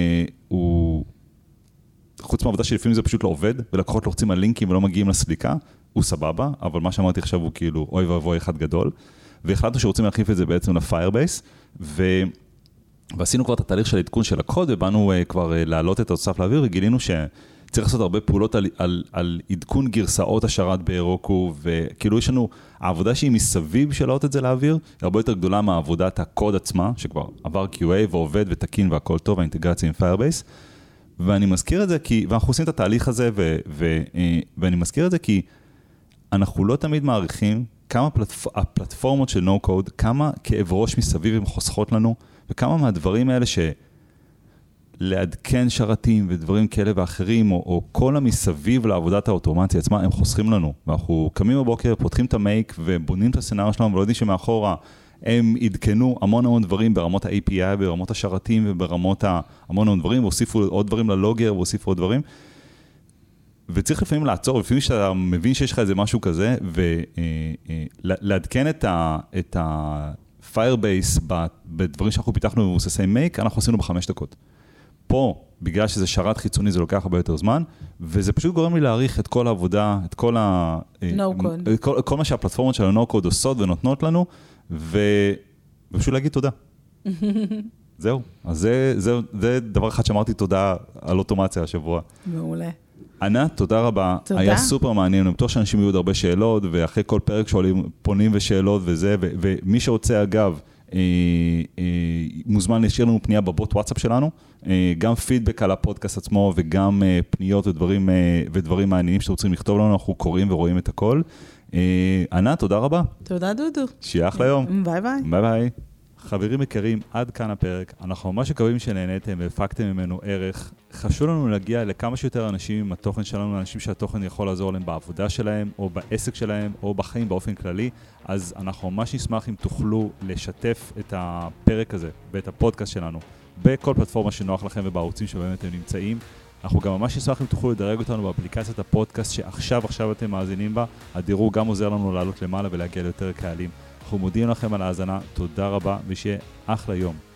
חוץ מהעבודה שלפעמים זה פשוט לא עובד, ולקוחות לוחצים על לינקים ולא מגיעים לסליקה, הוא סבבה, אבל מה שאמרתי עכשיו הוא כאילו אוי ואבוי אחד גדול, והחלטנו שרוצים להחליף את זה בעצם לפיירבייס, ועשינו כבר את התהליך של העדכון של הקוד, ובאנו כבר להעלות את התוסף לאוויר, וגילינו שצריך לעשות הרבה פעולות על עדכון גרסאות השרת באירוקו, וכאילו יש לנו, העבודה שהיא מסביב של להעלות את זה לאוויר, היא הרבה יותר גדולה מעבודת הקוד עצמה, שכבר עבר QA ועובד ותקין והכל טוב, האינטגרציה עם Firebase, ואני מזכיר את זה ואנחנו עושים את התהליך הזה, ואני מזכיר את זה כי אנחנו לא תמיד מעריכים כמה הפלטפורמות של no-code, כמה כאב ראש מסביב הם חוסכות לנו, וכמה מהדברים האלה לעדכן שרתים ודברים כאלה ואחרים, או כל המסביב לעבודת האוטומציה עצמה, הם חוסכים לנו. ואנחנו קמים בבוקר, פותחים את המייק ובונים את הסצנריה שלנו, ולא יודעים שמאחורה הם עדכנו המון דברים ברמות ה-API, ברמות השרתים וברמות המון דברים, והוסיפו עוד דברים ללוגר, והוסיפו עוד דברים. וצריך לפעמים לעצור, לפעמים שאתה מבין שיש לך איזה משהו כזה, ולעדכן את ה-Firebase בדברים שאנחנו פיתחנו במבוססי מייק, אנחנו עשינו ב5 דקות. פה, בגלל שזה שרת חיצוני, זה לוקח הרבה יותר זמן, וזה פשוט גורם לי להעריך את כל העבודה, את כל כל מה שהפלטפורמות של ה-No-Code עושות ונותנות לנו, ופשוט להגיד תודה. זהו. אז זה דבר אחד שאמרתי תודה על אוטומציה השבוע. מעולה. ענת, תודה רבה. תודה. היה סופר מעניין. אני בטוח שאנשים יהיו עוד הרבה שאלות, ואחרי כל פרק שואלים, פונים ושאלות וזה, ומי שרוצה אגב, מוזמן להשאיר לנו פנייה בבוט וואטסאפ שלנו, גם פידבק על הפודקאסט עצמו, וגם פניות ודברים מעניינים שאתם רוצים לכתוב לנו, אנחנו קוראים ורואים את הכל. ענת, תודה רבה. תודה דודו. שיהיה אחלה יום. ביי ביי. ביי ביי. חברים יקרים, עד כאן הפרק. אנחנו ממש מקווים שנהניתם והפקתם ממנו ערך. חשוב לנו להגיע לכמה שיותר אנשים עם התוכן שלנו, אנשים שהתוכן יכול לעזור להם בעבודה שלהם, או בעסק שלהם, או בחיים באופן כללי. אז אנחנו ממש נשמח אם תוכלו לשתף את הפרק הזה ואת הפודקאסט שלנו בכל פלטפורמה שנוח לכם ובערוצים שבהם אתם נמצאים. אנחנו גם ממש נשמח אם תוכלו לדרג אותנו באפליקציית הפודקאסט שעכשיו אתם מאזינים בה. הדירוג גם עוזר לנו לעלות למעלה ולהגיע ליותר קהלים. אנחנו מודיעים לכם על ההאזנה, תודה רבה ושיהיה אחלה יום.